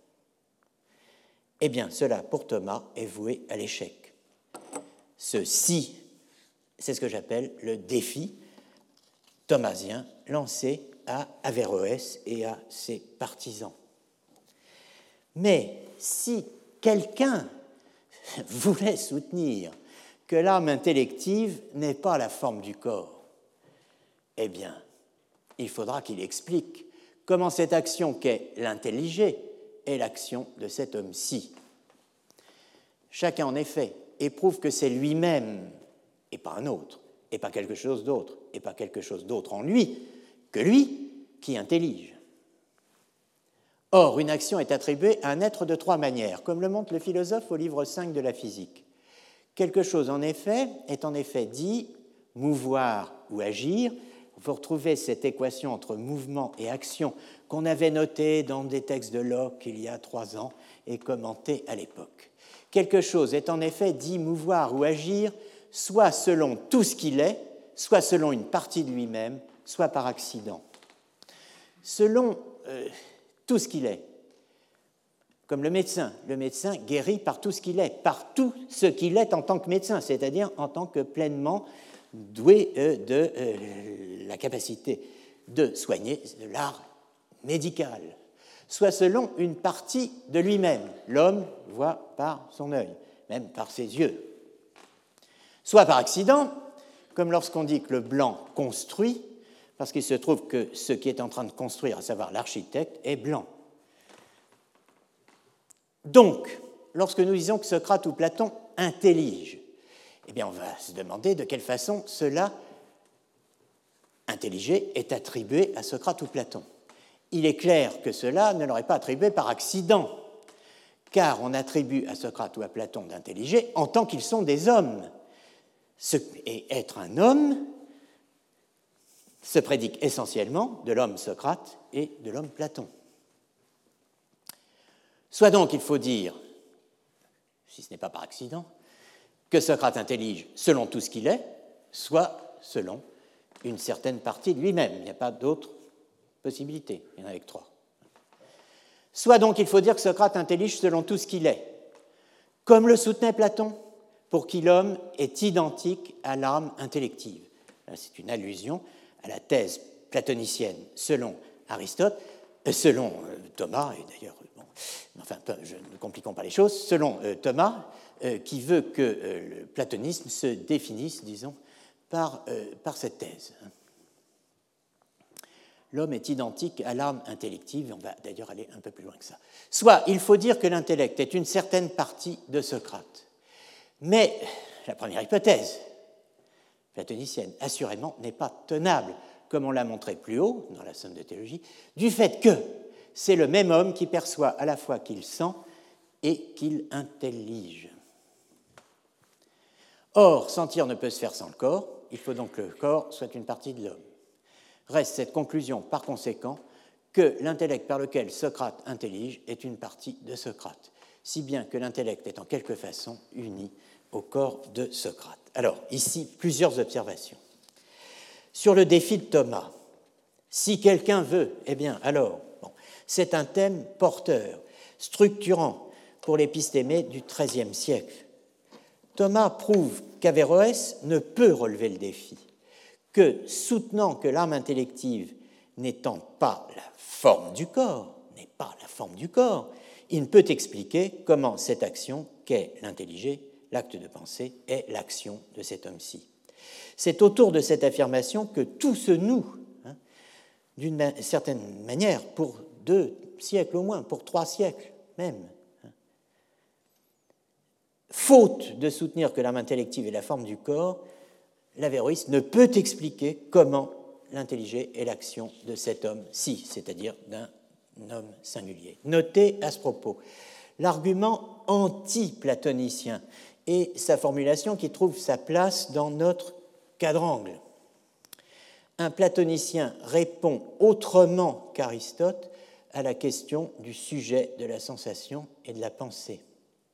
Eh bien, cela, pour Thomas, est voué à l'échec. Ceci, c'est ce que j'appelle le défi thomasien lancé à Averroès et à ses partisans. Mais si quelqu'un voulait soutenir que l'âme intellective n'est pas la forme du corps, eh bien, il faudra qu'il explique comment cette action qu'est l'intelligé est l'action de cet homme-ci. Chacun, en effet, éprouve que c'est lui-même, et pas un autre, et pas quelque chose d'autre, et pas quelque chose d'autre en lui, que lui qui intellige. Or, une action est attribuée à un être de trois manières, comme le montre le philosophe au livre cinq de la physique. Quelque chose, en effet, est en effet dit mouvoir ou agir. Vous retrouvez cette équation entre mouvement et action qu'on avait notée dans des textes de Locke il y a trois ans et commentée à l'époque. Quelque chose est en effet dit mouvoir ou agir, soit selon tout ce qu'il est, soit selon une partie de lui-même, soit par accident. Selon euh, tout ce qu'il est, comme le médecin. Le médecin guérit par tout ce qu'il est, par tout ce qu'il est en tant que médecin, c'est-à-dire en tant que pleinement doué euh, de euh, la capacité de soigner, de l'art médical, soit selon une partie de lui-même. L'homme voit par son œil, même par ses yeux. Soit par accident, comme lorsqu'on dit que le blanc construit, parce qu'il se trouve que ce qui est en train de construire, à savoir l'architecte, est blanc. Donc, lorsque nous disons que Socrate ou Platon intelligent, eh bien, on va se demander de quelle façon cela, intelligé, est attribué à Socrate ou Platon. Il est clair que cela ne leur est pas attribué par accident, car on attribue à Socrate ou à Platon d'intelliger en tant qu'ils sont des hommes. Et être un homme se prédique essentiellement de l'homme Socrate et de l'homme Platon. Soit donc, il faut dire, si ce n'est pas par accident, que Socrate intellige selon tout ce qu'il est, soit selon une certaine partie de lui-même. Il n'y a pas d'autre possibilité, il y en a avec trois. Soit donc, il faut dire que Socrate intellige selon tout ce qu'il est, comme le soutenait Platon, pour qui l'homme est identique à l'âme intellective. C'est une allusion à la thèse platonicienne selon Aristote, euh, selon euh, Thomas, et d'ailleurs, bon, enfin, je, ne compliquons pas les choses, selon euh, Thomas, euh, qui veut que euh, le platonisme se définisse, disons, par, euh, par cette thèse. L'homme est identique à l'âme intellective, et on va d'ailleurs aller un peu plus loin que ça. Soit, il faut dire que l'intellect est une certaine partie de Socrate. Mais la première hypothèse, platonicienne, assurément, n'est pas tenable, comme on l'a montré plus haut, dans la Somme de théologie, du fait que c'est le même homme qui perçoit à la fois qu'il sent et qu'il intellige. Or, sentir ne peut se faire sans le corps, il faut donc que le corps soit une partie de l'homme. Reste cette conclusion, par conséquent, que l'intellect par lequel Socrate intellige est une partie de Socrate, si bien que l'intellect est en quelque façon uni au corps de Socrate. Alors, ici, plusieurs observations. Sur le défi de Thomas, si quelqu'un veut, eh bien, alors, bon, c'est un thème porteur, structurant pour l'épistémé du treizième siècle. Thomas prouve qu'Averroès ne peut relever le défi, que, soutenant que l'âme intellective n'étant pas la forme du corps, n'est pas la forme du corps, il ne peut expliquer comment cette action qu'est l'intelligé, l'acte de pensée, est l'action de cet homme-ci. C'est autour de cette affirmation que tout se noue, hein, d'une certaine manière, pour deux siècles au moins, pour trois siècles même. Faute de soutenir que l'âme intellective est la forme du corps, l'Averroïste ne peut expliquer comment l'intelligé est l'action de cet homme-ci, c'est-à-dire d'un homme singulier. Notez à ce propos l'argument anti-platonicien et sa formulation qui trouve sa place dans notre quadrangle. Un platonicien répond autrement qu'Aristote à la question du sujet de la sensation et de la pensée.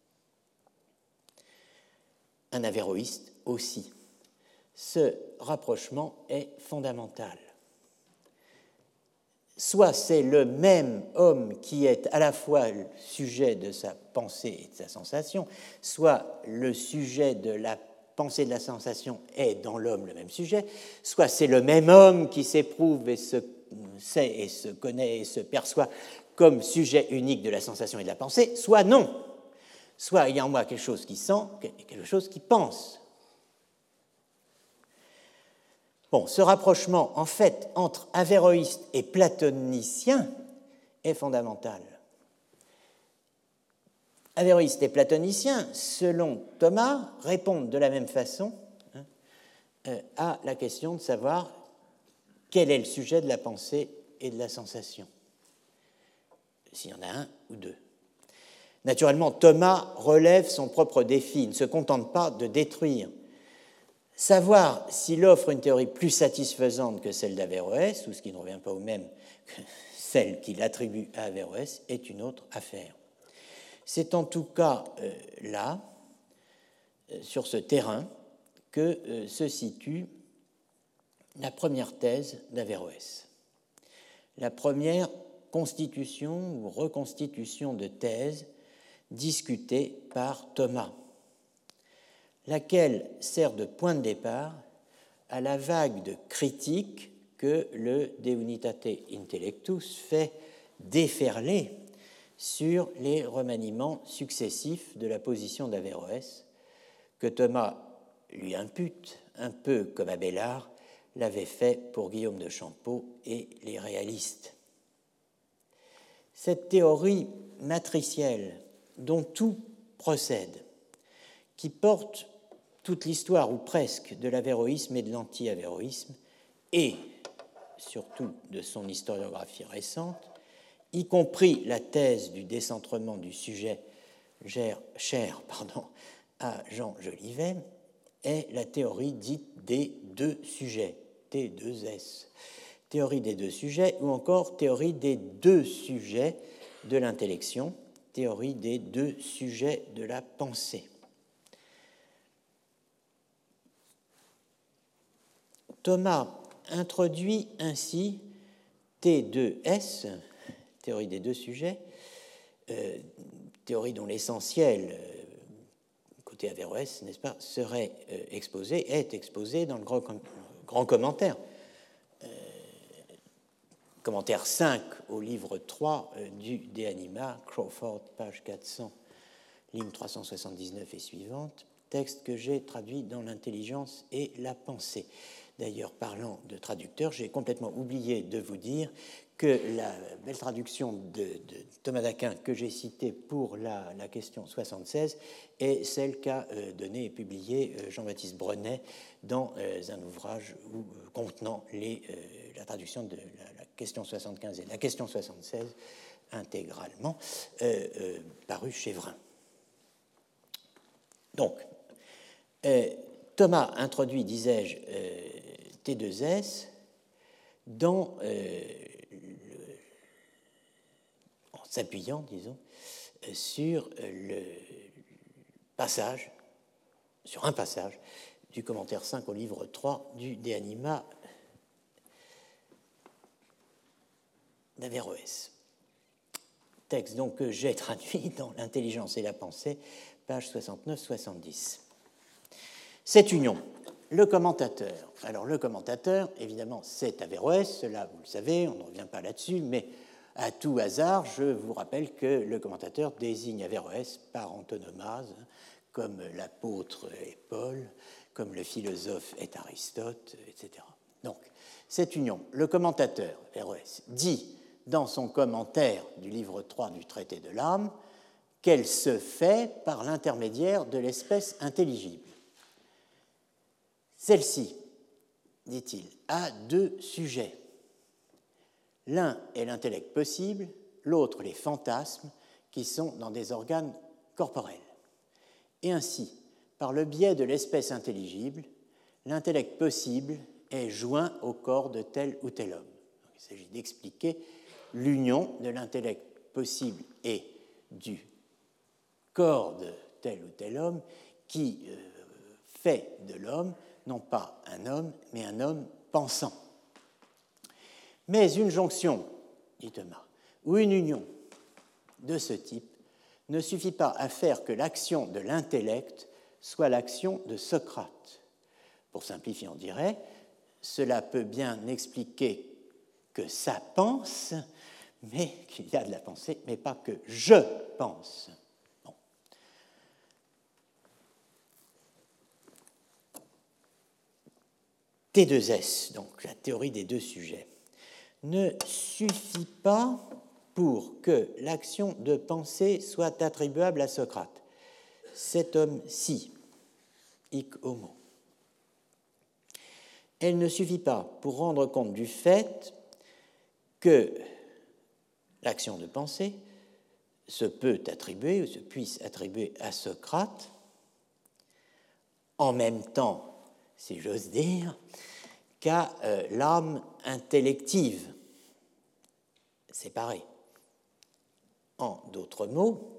Un avéroïste aussi. Ce rapprochement est fondamental. Soit c'est le même homme qui est à la fois le sujet de sa pensée et de sa sensation, soit le sujet de la pensée et de la sensation est dans l'homme le même sujet, soit c'est le même homme qui s'éprouve et se sait et se connaît et se perçoit comme sujet unique de la sensation et de la pensée, soit non. Soit il y a en moi quelque chose qui sent et quelque chose qui pense. Bon, ce rapprochement, en fait, entre avéroïste et platonicien est fondamental. Avéroïste et platonicien, selon Thomas, répondent de la même façon hein, euh, à la question de savoir quel est le sujet de la pensée et de la sensation, s'il y en a un ou deux. Naturellement, Thomas relève son propre défi, il ne se contente pas de détruire. Savoir s'il offre une théorie plus satisfaisante que celle d'Averroès, ou ce qui ne revient pas au même que celle qu'il attribue à Averroès, est une autre affaire. C'est en tout cas euh, là, euh, sur ce terrain, que euh, se situe la première thèse d'Averroès. La première constitution ou reconstitution de thèse discutée par Thomas, laquelle sert de point de départ à la vague de critiques que le De Unitate Intellectus fait déferler sur les remaniements successifs de la position d'Averroès, que Thomas lui impute, un peu comme Abélard l'avait fait pour Guillaume de Champeau et les réalistes. Cette théorie matricielle dont tout procède, qui porte toute l'histoire, ou presque, de l'avéroïsme et de l'anti-avéroïsme, et surtout de son historiographie récente, y compris la thèse du décentrement du sujet cher pardon, à Jean Jolivet, est la théorie dite des deux sujets, T deux S, théorie des deux sujets, ou encore théorie des deux sujets de l'intellection, théorie des deux sujets de la pensée. Thomas introduit ainsi T deux S, théorie des deux sujets, euh, théorie dont l'essentiel, euh, côté Averroès, n'est-ce pas, serait euh, exposé, est exposé dans le grand, grand commentaire, euh, commentaire cinq au livre trois euh, du De Anima, Crawford, page quatre cents, ligne trois cent soixante-dix-neuf et suivante, texte que j'ai traduit dans l'Intelligence et la pensée. D'ailleurs, parlant de traducteur, j'ai complètement oublié de vous dire que la belle traduction de, de Thomas d'Aquin que j'ai citée pour la, la question soixante-seize est celle qu'a euh, donnée et publiée euh, Jean-Baptiste Brenet dans euh, un ouvrage où, euh, contenant les, euh, la traduction de la, la question soixante-quinze et la question soixante-seize intégralement, euh, euh, paru chez Vrin. Donc, euh, Thomas introduit, disais-je, euh, T deux S dans, euh, le, en s'appuyant, disons, sur le passage, sur un passage du commentaire cinq au livre trois du De Anima d'Averroès. Texte donc que j'ai traduit dans l'Intelligence et la pensée, page soixante-neuf soixante-dix. Cette union, le commentateur. Alors, le commentateur, évidemment, c'est Averroès, cela vous le savez, on ne revient pas là-dessus, mais à tout hasard, je vous rappelle que le commentateur désigne Averroès par antonomase, comme l'apôtre est Paul, comme le philosophe est Aristote, et cetera. Donc, cette union, le commentateur, Averroès, dit dans son commentaire du livre trois du traité de l'âme qu'elle se fait par l'intermédiaire de l'espèce intelligible. Celle-ci, dit-il, a deux sujets. L'un est l'intellect possible, l'autre les fantasmes qui sont dans des organes corporels. Et ainsi, par le biais de l'espèce intelligible, l'intellect possible est joint au corps de tel ou tel homme. Donc, il s'agit d'expliquer l'union de l'intellect possible et du corps de tel ou tel homme qui euh, fait de l'homme non pas un homme, mais un homme pensant. Mais une jonction, dit Thomas, ou une union de ce type ne suffit pas à faire que l'action de l'intellect soit l'action de Socrate. Pour simplifier, on dirait, cela peut bien expliquer que ça pense, mais qu'il y a de la pensée, mais pas que je pense. Bon. T deux S, donc la théorie des deux sujets, ne suffit pas pour que l'action de pensée soit attribuable à Socrate. Cet homme-ci, hic homo. Elle ne suffit pas pour rendre compte du fait que l'action de pensée se peut attribuer ou se puisse attribuer à Socrate en même temps, si j'ose dire, qu'à euh, l'âme intellective séparée. En d'autres mots,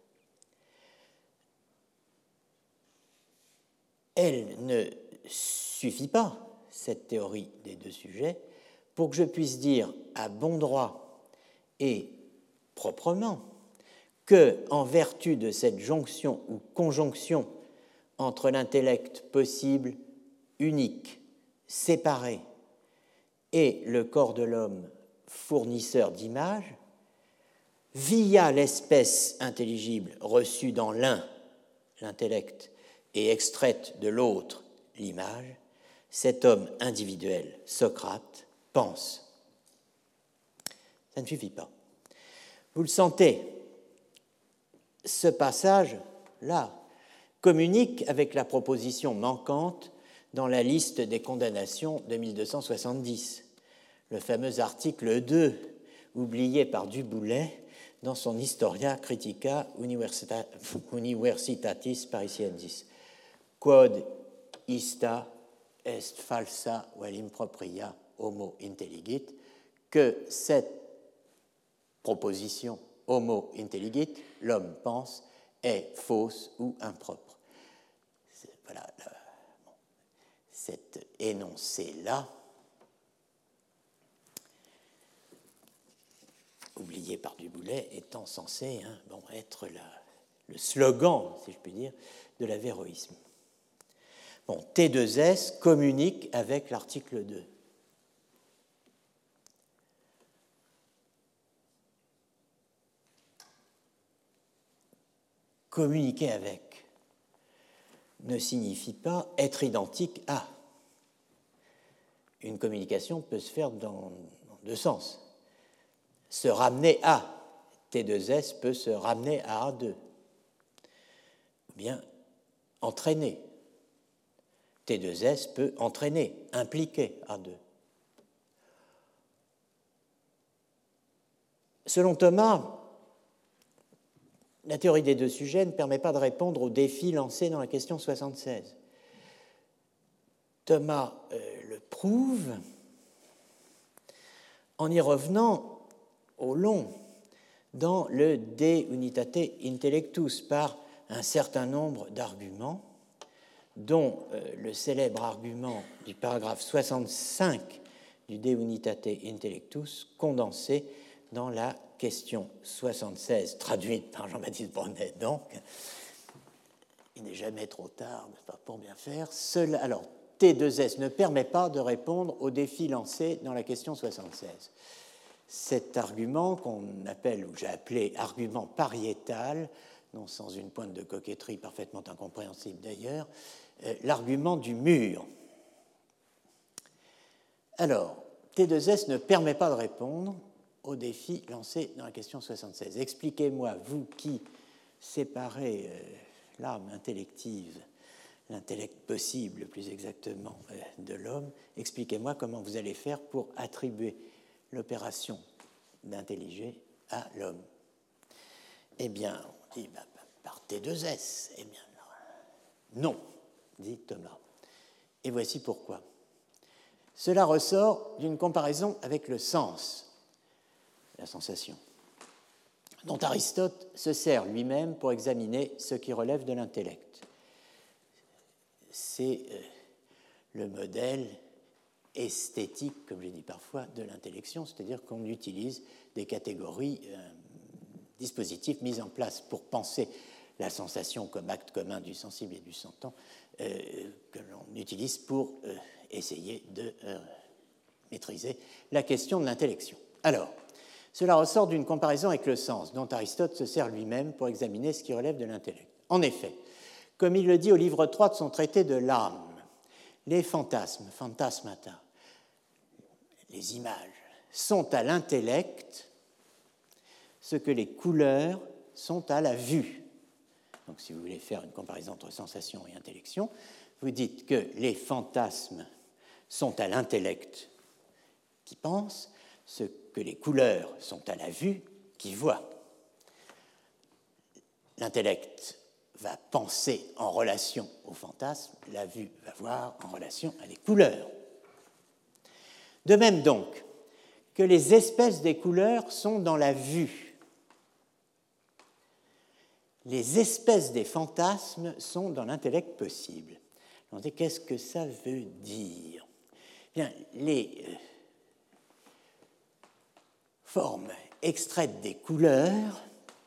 elle ne suffit pas, cette théorie des deux sujets, pour que je puisse dire à bon droit et proprement que, en vertu de cette jonction ou conjonction entre l'intellect possible, unique, séparé, et le corps de l'homme fournisseur d'images, via l'espèce intelligible reçue dans l'un, l'intellect, et extraite de l'autre, l'image, cet homme individuel, Socrate, pense. Ça ne suffit pas. Vous le sentez, ce passage-là communique avec la proposition manquante dans la liste des condamnations de mille deux cent soixante-dix, le fameux article deux, oublié par Duboullay dans son Historia Critica Universitatis Parisiensis. Quod ista est falsa vel impropria homo intelligit, que cette proposition homo intelligit, l'homme pense, est fausse ou impropre. C'est, voilà, le, bon, cet énoncé-là, oublié par Duboullay, étant censé hein, bon, être la, le slogan, si je puis dire, de l'avéroïsme. Bon, T deux S communique avec l'article deux. Communiquer avec ne signifie pas être identique à. Une communication peut se faire dans, dans deux sens. Se ramener à. T deux S peut se ramener à A deux. Ou bien entraîner. T deux S peut entraîner, impliquer A deux. Selon Thomas, la théorie des deux sujets ne permet pas de répondre au défi lancé dans la question soixante-seize. Thomas euh, le prouve en y revenant au long dans le De Unitate Intellectus par un certain nombre d'arguments, dont euh, le célèbre argument du paragraphe soixante-cinq du De Unitate Intellectus, condensé dans la question soixante-seize, traduite par Jean-Baptiste Brunet, donc. Il n'est jamais trop tard pour bien faire. Cela, alors, T deux S ne permet pas de répondre au défi lancé dans la question soixante-seize. Cet argument qu'on appelle, ou j'ai appelé argument pariétal, non sans une pointe de coquetterie parfaitement incompréhensible d'ailleurs, euh, l'argument du mur. Alors, T deux S ne permet pas de répondre au défi lancé dans la question soixante-seize. Expliquez-moi, vous qui séparez euh, l'âme intellective, l'intellect possible plus exactement euh, de l'homme, expliquez-moi comment vous allez faire pour attribuer l'opération d'intelliger à l'homme. Eh bien, on dit bah, par T deux S. Eh bien, non, dit Thomas. Et voici pourquoi. Cela ressort d'une comparaison avec le sens, la sensation, dont Aristote se sert lui-même pour examiner ce qui relève de l'intellect. C'est euh, le modèle esthétique, comme j'ai dit parfois, de l'intellection, c'est-à-dire qu'on utilise des catégories, euh, dispositifs mis en place pour penser la sensation comme acte commun du sensible et du sentant, euh, que l'on utilise pour euh, essayer de euh, maîtriser la question de l'intellection. Alors, cela ressort d'une comparaison avec le sens, dont Aristote se sert lui-même pour examiner ce qui relève de l'intellect. En effet, comme il le dit au livre trois de son traité de l'âme, les fantasmes, phantasmata, les images, sont à l'intellect ce que les couleurs sont à la vue. Donc, si vous voulez faire une comparaison entre sensation et intellection, vous dites que les fantasmes sont à l'intellect qui pense, ce que les couleurs sont à la vue qui voit. L'intellect va penser en relation au fantasme, la vue va voir en relation à les couleurs. De même donc que les espèces des couleurs sont dans la vue, les espèces des fantasmes sont dans l'intellect possible. On dit, qu'est-ce que ça veut dire? Bien, les euh, formes extraites des couleurs,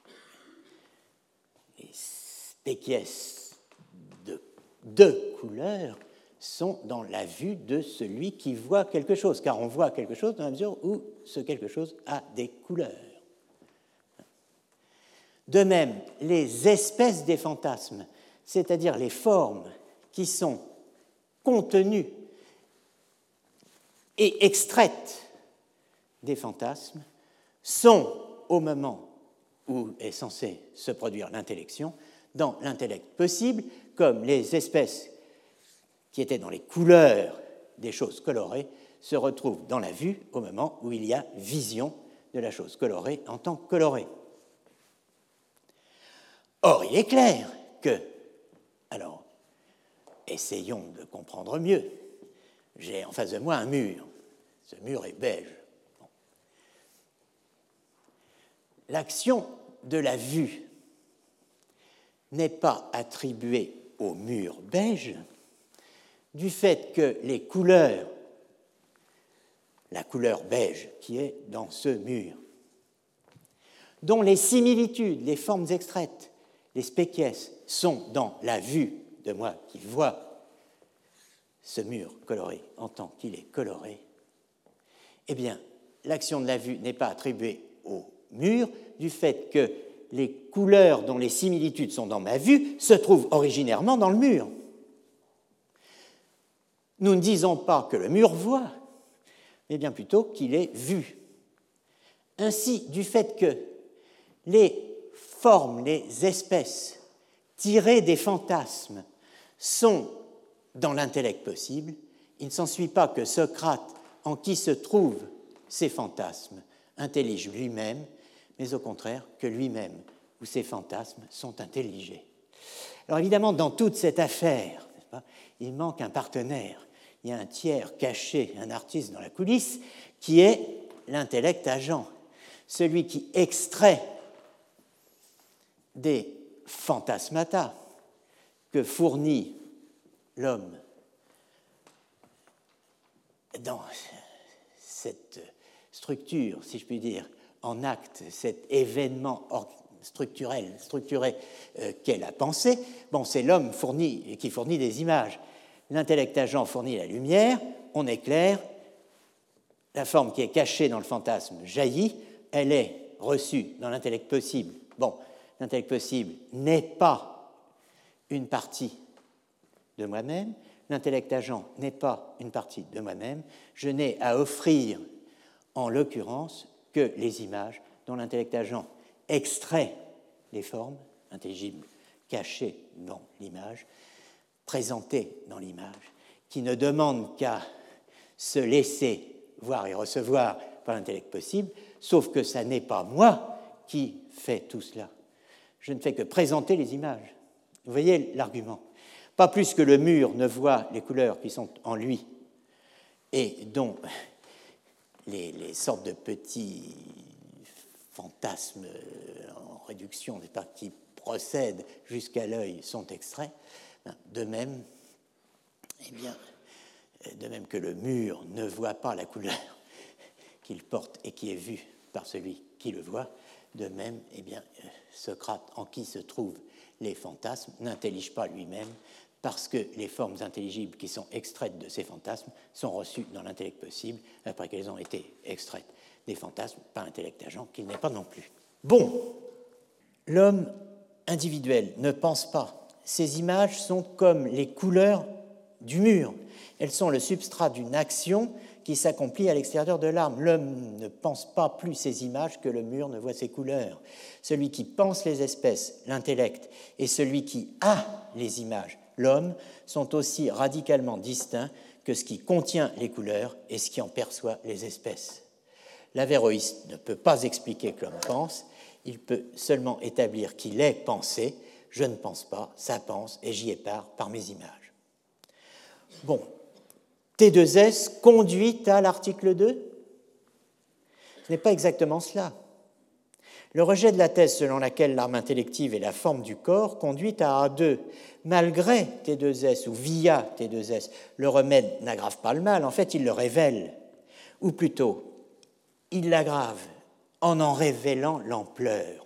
les spécies de deux couleurs, sont dans la vue de celui qui voit quelque chose, car on voit quelque chose dans la mesure où ce quelque chose a des couleurs. De même, les espèces des fantasmes, c'est-à-dire les formes qui sont contenues et extraites des fantasmes, sont, au moment où est censé se produire l'intellection, dans l'intellect possible, comme les espèces qui étaient dans les couleurs des choses colorées se retrouvent dans la vue au moment où il y a vision de la chose colorée en tant que colorée. Or, il est clair que, alors, essayons de comprendre mieux. J'ai en face de moi un mur. Ce mur est beige. Bon. L'action de la vue n'est pas attribuée au mur beige du fait que les couleurs, la couleur beige qui est dans ce mur, dont les similitudes, les formes extraites, les spécies sont dans la vue de moi qui vois ce mur coloré en tant qu'il est coloré, eh bien, l'action de la vue n'est pas attribuée au mur du fait que les couleurs dont les similitudes sont dans ma vue se trouvent originairement dans le mur. Nous ne disons pas que le mur voit, mais bien plutôt qu'il est vu. Ainsi, du fait que les formes, les espèces tirées des fantasmes sont dans l'intellect possible, il ne s'ensuit pas que Socrate, en qui se trouvent ces fantasmes, intellige lui-même, mais au contraire que lui-même ou ces fantasmes sont intelligés. Alors évidemment, dans toute cette affaire, n'est-ce pas, il manque un partenaire. Il y a un tiers caché, un artiste dans la coulisse, qui est l'intellect agent, celui qui extrait des fantasmata que fournit l'homme dans cette structure, si je puis dire, en acte, cet événement structurel, structuré euh, qu'est la pensée. Bon, c'est l'homme fourni, qui fournit des images. L'intellect agent fournit la lumière, on éclaire, la forme qui est cachée dans le fantasme jaillit, elle est reçue dans l'intellect possible. Bon, l'intellect possible n'est pas une partie de moi-même, l'intellect agent n'est pas une partie de moi-même, je n'ai à offrir, en l'occurrence, que les images dont l'intellect agent extrait les formes intelligibles cachées dans l'image, présentées dans l'image, qui ne demandent qu'à se laisser voir et recevoir par l'intellect possible, sauf que ça n'est pas moi qui fais tout cela. Je ne fais que présenter les images. Vous voyez l'argument. Pas plus que le mur ne voit les couleurs qui sont en lui et dont les, les sortes de petits fantasmes en réduction, n'est pas, qui procèdent jusqu'à l'œil sont extraits. De même, eh bien, de même que le mur ne voit pas la couleur qu'il porte et qui est vue par celui qui le voit, de même, eh bien, Socrate, en qui se trouvent les fantasmes, n'intellige pas lui-même parce que les formes intelligibles qui sont extraites de ces fantasmes sont reçues dans l'intellect possible après qu'elles ont été extraites des fantasmes par l'intellect agent qu'il n'est pas non plus. Bon, l'homme individuel ne pense pas. Ces images sont comme les couleurs du mur. Elles sont le substrat d'une action qui s'accomplit à l'extérieur de l'âme. L'homme ne pense pas plus ces images que le mur ne voit ses couleurs. Celui qui pense les espèces, l'intellect, et celui qui a les images, l'homme, sont aussi radicalement distincts que ce qui contient les couleurs et ce qui en perçoit les espèces. L'avéroïste ne peut pas expliquer que l'homme pense, il peut seulement établir qu'il est pensé. Je ne pense pas, ça pense, et j'y ai part par mes images. Bon, T deux S conduit à l'article deux? Ce n'est pas exactement cela. Le rejet de la thèse selon laquelle l'arme intellective est la forme du corps conduit à A deux. Malgré T deux S ou via T deux S, le remède n'aggrave pas le mal, en fait, il le révèle. Ou plutôt, il l'aggrave en en révélant l'ampleur.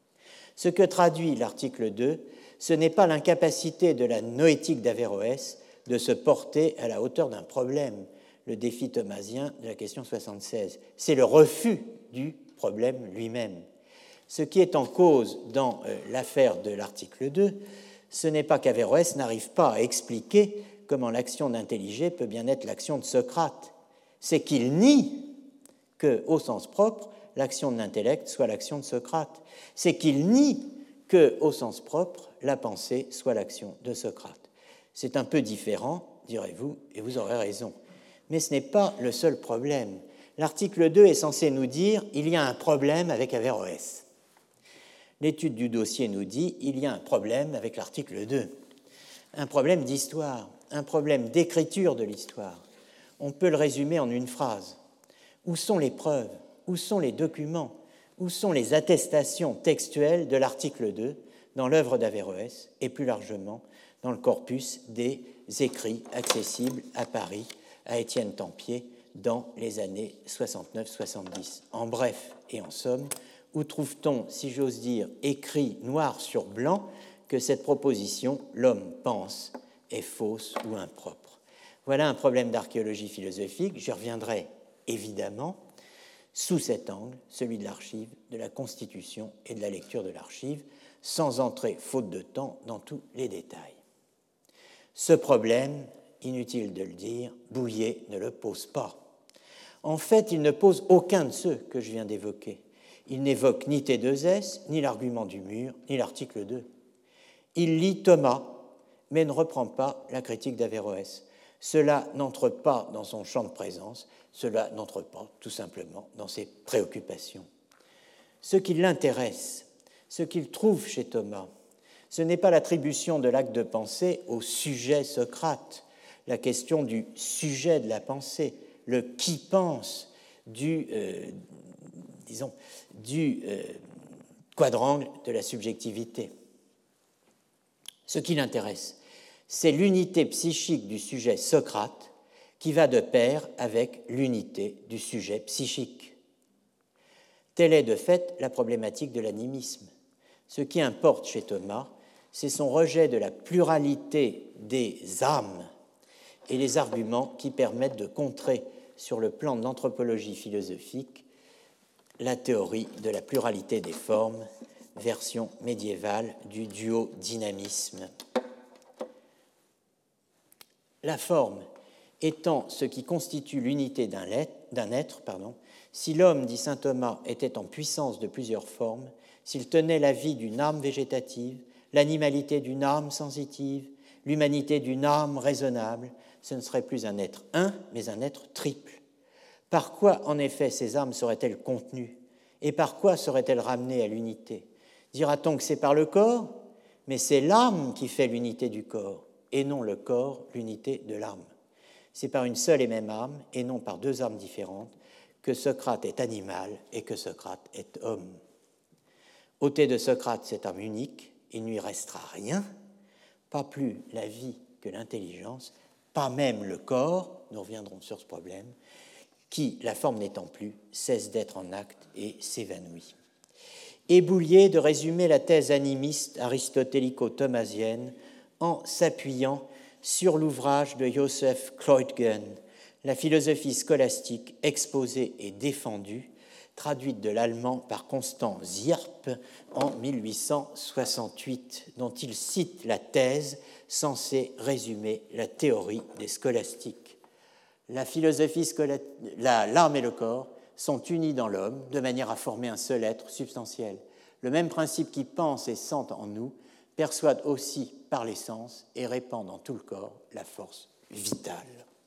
Ce que traduit l'article deux, ce n'est pas l'incapacité de la noétique d'Averroès de se porter à la hauteur d'un problème, le défi thomasien de la question soixante-seize. C'est le refus du problème lui-même. Ce qui est en cause dans euh, l'affaire de l'article deux, ce n'est pas qu'Averroès n'arrive pas à expliquer comment l'action d'intelliger peut bien être l'action de Socrate. C'est qu'il nie que, au sens propre, l'action de l'intellect soit l'action de Socrate. C'est qu'il nie que, au sens propre, la pensée soit l'action de Socrate. C'est un peu différent, direz-vous, et vous aurez raison. Mais ce n'est pas le seul problème. L'article deux est censé nous dire qu'il y a un problème avec Averroès. L'étude du dossier nous dit qu'il y a un problème avec l'article deux. Un problème d'histoire, un problème d'écriture de l'histoire. On peut le résumer en une phrase. Où sont les preuves? Où sont les documents? Où sont les attestations textuelles de l'article deux dans l'œuvre d'Averroès et plus largement dans le corpus des écrits accessibles à Paris à Étienne Tempier dans les années soixante-neuf soixante-dix. En bref et en somme, où trouve-t-on, si j'ose dire, écrit noir sur blanc que cette proposition « l'homme pense » est fausse ou impropre? Voilà un problème d'archéologie philosophique. J'y reviendrai évidemment sous cet angle, celui de l'archive, de la constitution et de la lecture de l'archive, sans entrer, faute de temps, dans tous les détails. Ce problème, inutile de le dire, Bouhier ne le pose pas. En fait, il ne pose aucun de ceux que je viens d'évoquer. Il n'évoque ni T deux S, ni l'argument du mur, ni l'article deux. Il lit Thomas, mais ne reprend pas la critique d'Averroès. Cela n'entre pas dans son champ de présence, cela n'entre pas tout simplement dans ses préoccupations. Ce qui l'intéresse, ce qu'il trouve chez Thomas, ce n'est pas l'attribution de l'acte de pensée au sujet Socrate, la question du sujet de la pensée, le qui pense du, euh, disons, du euh, quadrangle de la subjectivité. Ce qui l'intéresse, c'est l'unité psychique du sujet Socrate qui va de pair avec l'unité du sujet psychique. Telle est de fait la problématique de l'animisme. Ce qui importe chez Thomas, c'est son rejet de la pluralité des âmes et les arguments qui permettent de contrer sur le plan de l'anthropologie philosophique la théorie de la pluralité des formes, version médiévale du duodynamisme. La forme étant ce qui constitue l'unité d'un être, pardon, si l'homme, dit saint Thomas, était en puissance de plusieurs formes, s'il tenait la vie d'une âme végétative, l'animalité d'une âme sensitive, l'humanité d'une âme raisonnable, ce ne serait plus un être un, mais un être triple. Par quoi, en effet, ces âmes seraient-elles contenues? Et par quoi seraient-elles ramenées à l'unité? Dira-t-on que c'est par le corps? Mais c'est l'âme qui fait l'unité du corps, et non le corps l'unité de l'âme. C'est par une seule et même âme, et non par deux âmes différentes, que Socrate est animal et que Socrate est homme. Ôté de Socrate cette âme unique, il ne lui restera rien, pas plus la vie que l'intelligence, pas même le corps, nous reviendrons sur ce problème, qui, la forme n'étant plus, cesse d'être en acte et s'évanouit. Et Bouhier de résumer la thèse animiste aristotélico-thomasienne en s'appuyant sur l'ouvrage de Joseph Kreutgen, La philosophie scolastique exposée et défendue, traduite de l'allemand par Constant Zierp en mille huit cent soixante-huit, dont il cite la thèse censée résumer la théorie des scolastiques. La philosophie, scola... la, l'âme et le corps sont unis dans l'homme de manière à former un seul être substantiel. Le même principe qui pense et sent en nous perçoit aussi par les sens et répand dans tout le corps la force vitale.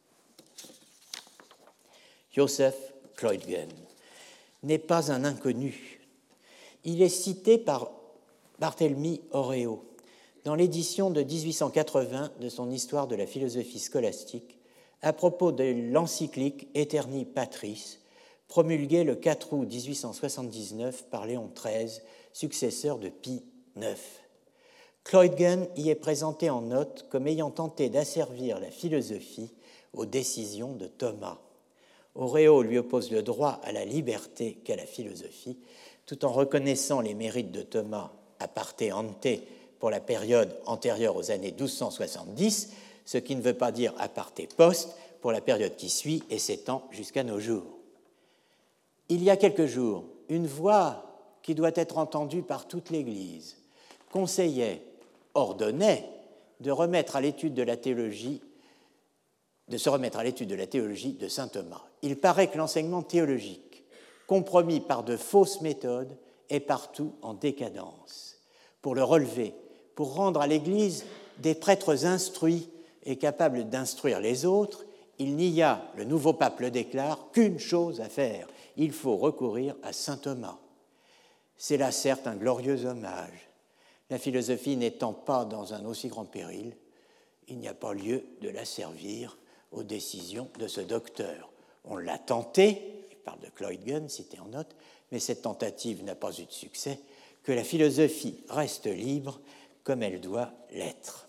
Joseph Kleutgen n'est pas un inconnu. Il est cité par Barthélemy Oreo dans l'édition de dix-huit cent quatre-vingts de son Histoire de la philosophie scolastique à propos de l'encyclique Aeterni Patris, promulguée le quatre août dix-huit cent soixante-dix-neuf par Léon treize, successeur de Pie neuf. Kleutgen y est présenté en note comme ayant tenté d'asservir la philosophie aux décisions de Thomas. Oreo lui oppose le droit à la liberté qu'à la philosophie, tout en reconnaissant les mérites de Thomas a parte ante pour la période antérieure aux années douze cent soixante-dix, ce qui ne veut pas dire a parte post pour la période qui suit et s'étend jusqu'à nos jours. Il y a quelques jours, une voix qui doit être entendue par toute l'Église conseillait, ordonnait de remettre à l'étude de la théologie, de se remettre à l'étude de la théologie de saint Thomas. Il paraît que l'enseignement théologique, compromis par de fausses méthodes, est partout en décadence. Pour le relever, pour rendre à l'Église des prêtres instruits et capables d'instruire les autres, il n'y a, le nouveau pape le déclare, qu'une chose à faire. Il faut recourir à saint Thomas. C'est là certes un glorieux hommage. La philosophie n'étant pas dans un aussi grand péril, il n'y a pas lieu de la servir aux décisions de ce docteur. On l'a tenté, il parle de Kleutgen, cité en note, mais cette tentative n'a pas eu de succès, que la philosophie reste libre comme elle doit l'être.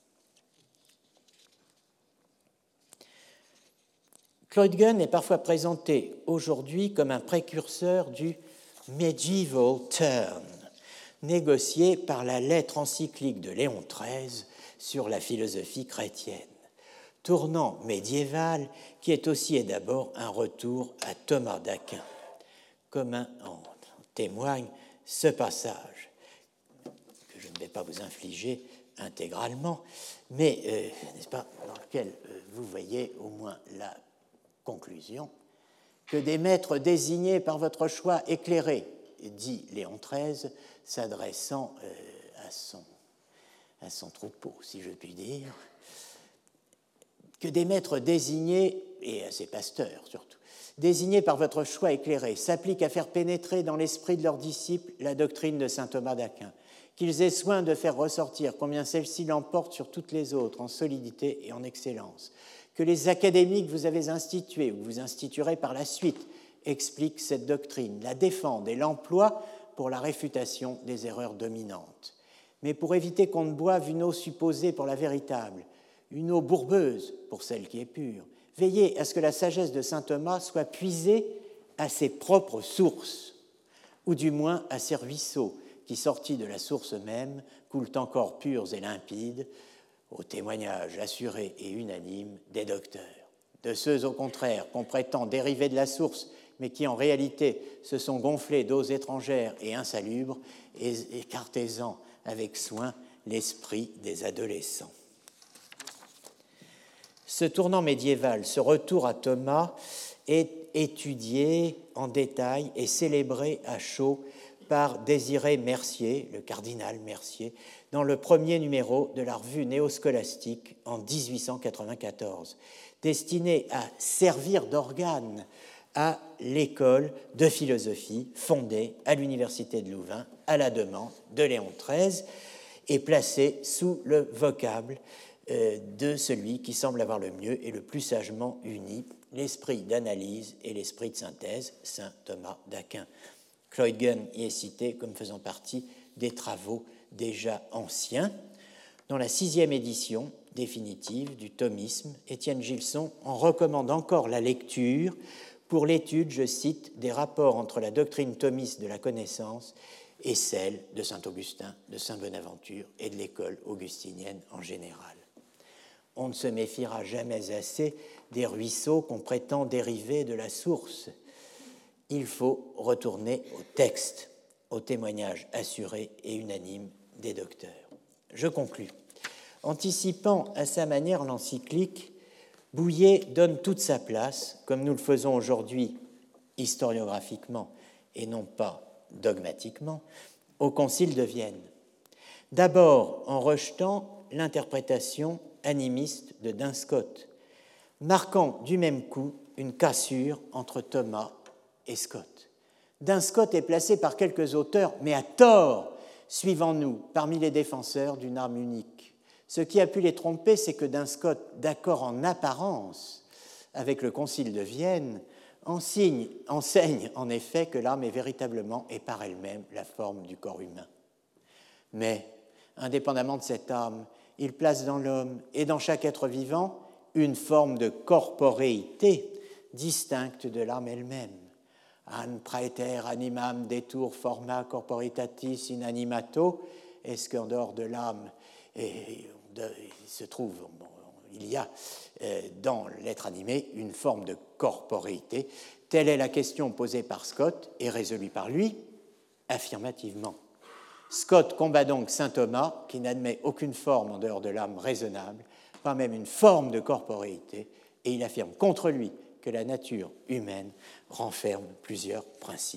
Kleutgen est parfois présenté aujourd'hui comme un précurseur du medieval turn, négocié par la lettre encyclique de Léon treize sur la philosophie chrétienne. Tournant médiéval qui est aussi et d'abord un retour à Thomas d'Aquin, comme un, en témoigne ce passage, que je ne vais pas vous infliger intégralement, mais, euh, n'est-ce pas, dans lequel euh, vous voyez au moins la conclusion, que des maîtres désignés par votre choix éclairé, dit Léon treize, s'adressant euh, à, son, à son troupeau, si je puis dire, que des maîtres désignés, et à ses pasteurs surtout, désignés par votre choix éclairé, s'appliquent à faire pénétrer dans l'esprit de leurs disciples la doctrine de saint Thomas d'Aquin, qu'ils aient soin de faire ressortir combien celle-ci l'emporte sur toutes les autres en solidité et en excellence, que les académies que vous avez instituées ou que vous instituerez par la suite expliquent cette doctrine, la défendent et l'emploient pour la réfutation des erreurs dominantes. Mais pour éviter qu'on ne boive une eau supposée pour la véritable, une eau bourbeuse pour celle qui est pure, veillez à ce que la sagesse de saint Thomas soit puisée à ses propres sources, ou du moins à ses ruisseaux, qui, sortis de la source même, coulent encore purs et limpides, au témoignage assuré et unanime des docteurs. De ceux, au contraire, qu'on prétend dériver de la source, mais qui en réalité se sont gonflés d'eaux étrangères et insalubres, et écartez-en avec soin l'esprit des adolescents. Ce tournant médiéval, ce retour à Thomas, est étudié en détail et célébré à chaud par Désiré Mercier, le cardinal Mercier, dans le premier numéro de la revue néoscolastique en dix-huit cent quatre-vingt-quatorze, destiné à servir d'organe à l'école de philosophie fondée à l'Université de Louvain à la demande de Léon treize et placé sous le vocable de celui qui semble avoir le mieux et le plus sagement uni l'esprit d'analyse et l'esprit de synthèse, saint Thomas d'Aquin. Kleutgen y est cité comme faisant partie des travaux déjà anciens. Dans la sixième édition définitive du thomisme, Étienne Gilson en recommande encore la lecture pour l'étude, je cite, des rapports entre la doctrine thomiste de la connaissance et celle de saint Augustin, de saint Bonaventure et de l'école augustinienne en général. On ne se méfiera jamais assez des ruisseaux qu'on prétend dériver de la source. il faut retourner au texte, au témoignage assuré et unanime des docteurs. Je conclus. Anticipant à sa manière l'encyclique, Bouillet donne toute sa place, comme nous le faisons aujourd'hui historiographiquement et non pas dogmatiquement, au Concile de Vienne. D'abord en rejetant l'interprétation animiste de Duns Scott, marquant du même coup une cassure entre Thomas et Scott. Duns Scott est placé par quelques auteurs, mais à tort, suivant-nous, parmi les défenseurs d'une arme unique. Ce qui a pu les tromper, c'est que Duns Scott, d'accord en apparence avec le Concile de Vienne, enseigne, enseigne en effet que l'âme est véritablement et par elle-même la forme du corps humain. Mais, indépendamment de cette âme, il place dans l'homme et dans chaque être vivant une forme de corporéité distincte de l'âme elle-même. An praeter animam detur forma corporitatis inanimato, est-ce qu'en dehors de l'âme, et, de, il se trouve, bon, il y a euh, dans l'être animé une forme de corporéité. Telle est la question posée par Scott et résolue par lui affirmativement. Scott combat donc saint Thomas, qui n'admet aucune forme en dehors de l'âme raisonnable, pas même une forme de corporéité, et il affirme contre lui que la nature humaine renferme plusieurs principes.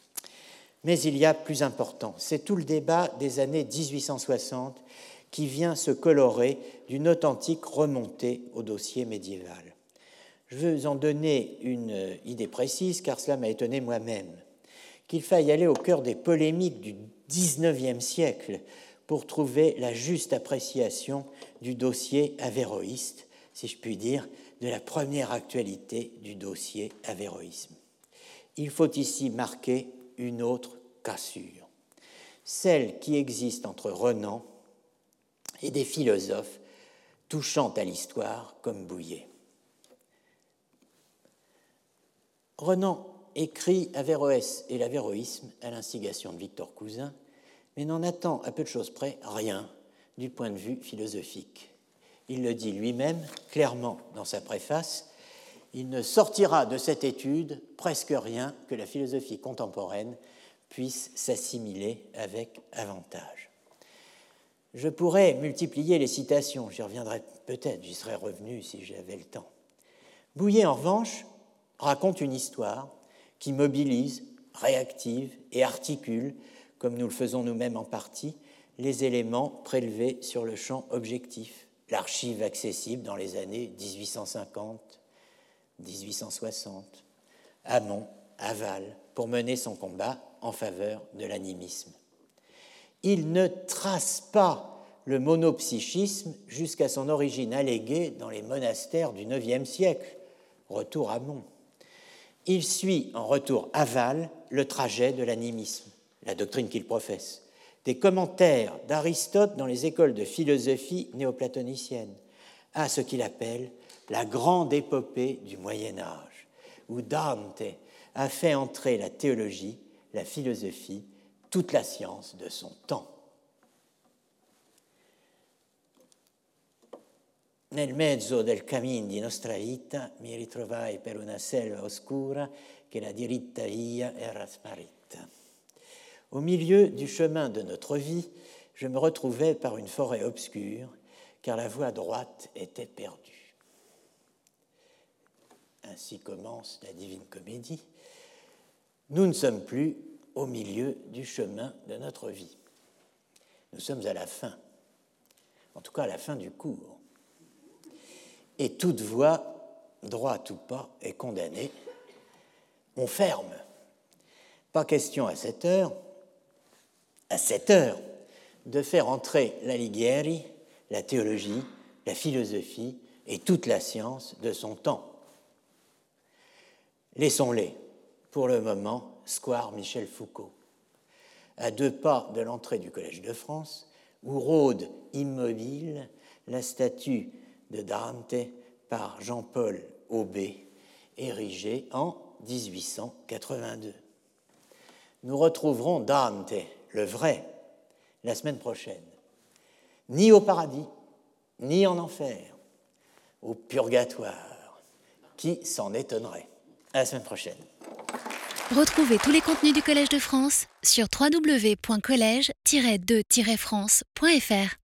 Mais il y a plus important, c'est tout le débat des années dix-huit cent soixante qui vient se colorer d'une authentique remontée au dossier médiéval. Je veux en donner une idée précise, car cela m'a étonné moi-même, qu'il faille aller au cœur des polémiques du dix-neuvième siècle pour trouver la juste appréciation du dossier avéroïste, si je puis dire, de la première actualité du dossier avéroïsme. Il faut ici marquer une autre cassure, celle qui existe entre Renan et des philosophes touchant à l'histoire comme Bouillet. Renan écrit Averroès et l'avéroïsme à l'instigation de Victor Cousin, mais n'en attend à peu de choses près rien du point de vue philosophique. Il le dit lui-même clairement dans sa préface, il ne sortira de cette étude presque rien que la philosophie contemporaine puisse s'assimiler avec avantage. Je pourrais multiplier les citations, j'y reviendrai peut-être, j'y serais revenu si j'avais le temps. Bouillet, en revanche, raconte une histoire qui mobilise, réactive et articule, comme nous le faisons nous-mêmes en partie, les éléments prélevés sur le champ objectif, l'archive accessible dans les années dix-huit cent cinquante, dix-huit cent soixante, amont, aval, pour mener son combat en faveur de l'animisme. Il ne trace pas le monopsychisme jusqu'à son origine alléguée dans les monastères du neuvième siècle, retour amont. Il suit en retour aval le trajet de l'animisme, la doctrine qu'il professe, des commentaires d'Aristote dans les écoles de philosophie néoplatonicienne, à ce qu'il appelle la grande épopée du Moyen-Âge, où Dante a fait entrer la théologie, la philosophie, toute la science de son temps. Nel mezzo del cammin di nostra vita mi ritrovai per una selva oscura che la diritta via era smarrita. Au milieu du chemin de notre vie, je me retrouvais par une forêt obscure, car la voie droite était perdue. Ainsi commence la Divine Comédie. Nous ne sommes plus au milieu du chemin de notre vie. Nous sommes à la fin, en tout cas à la fin du cours. Et toute voie, droite ou pas, est condamnée. On ferme. Pas question à cette heure, à cette heure, de faire entrer l'Alighieri, la théologie, la philosophie et toute la science de son temps. Laissons-les, pour le moment, square Michel Foucault, à deux pas de l'entrée du Collège de France, où rôde immobile la statue de Dante par Jean-Paul Aubé, érigée en dix-huit cent quatre-vingt-deux. Nous retrouverons Dante, le vrai, la semaine prochaine, ni au paradis, ni en enfer, au purgatoire. Qui s'en étonnerait? À la semaine prochaine. Retrouvez tous les contenus du Collège de France sur w w w point collège tiret de tiret france point f r.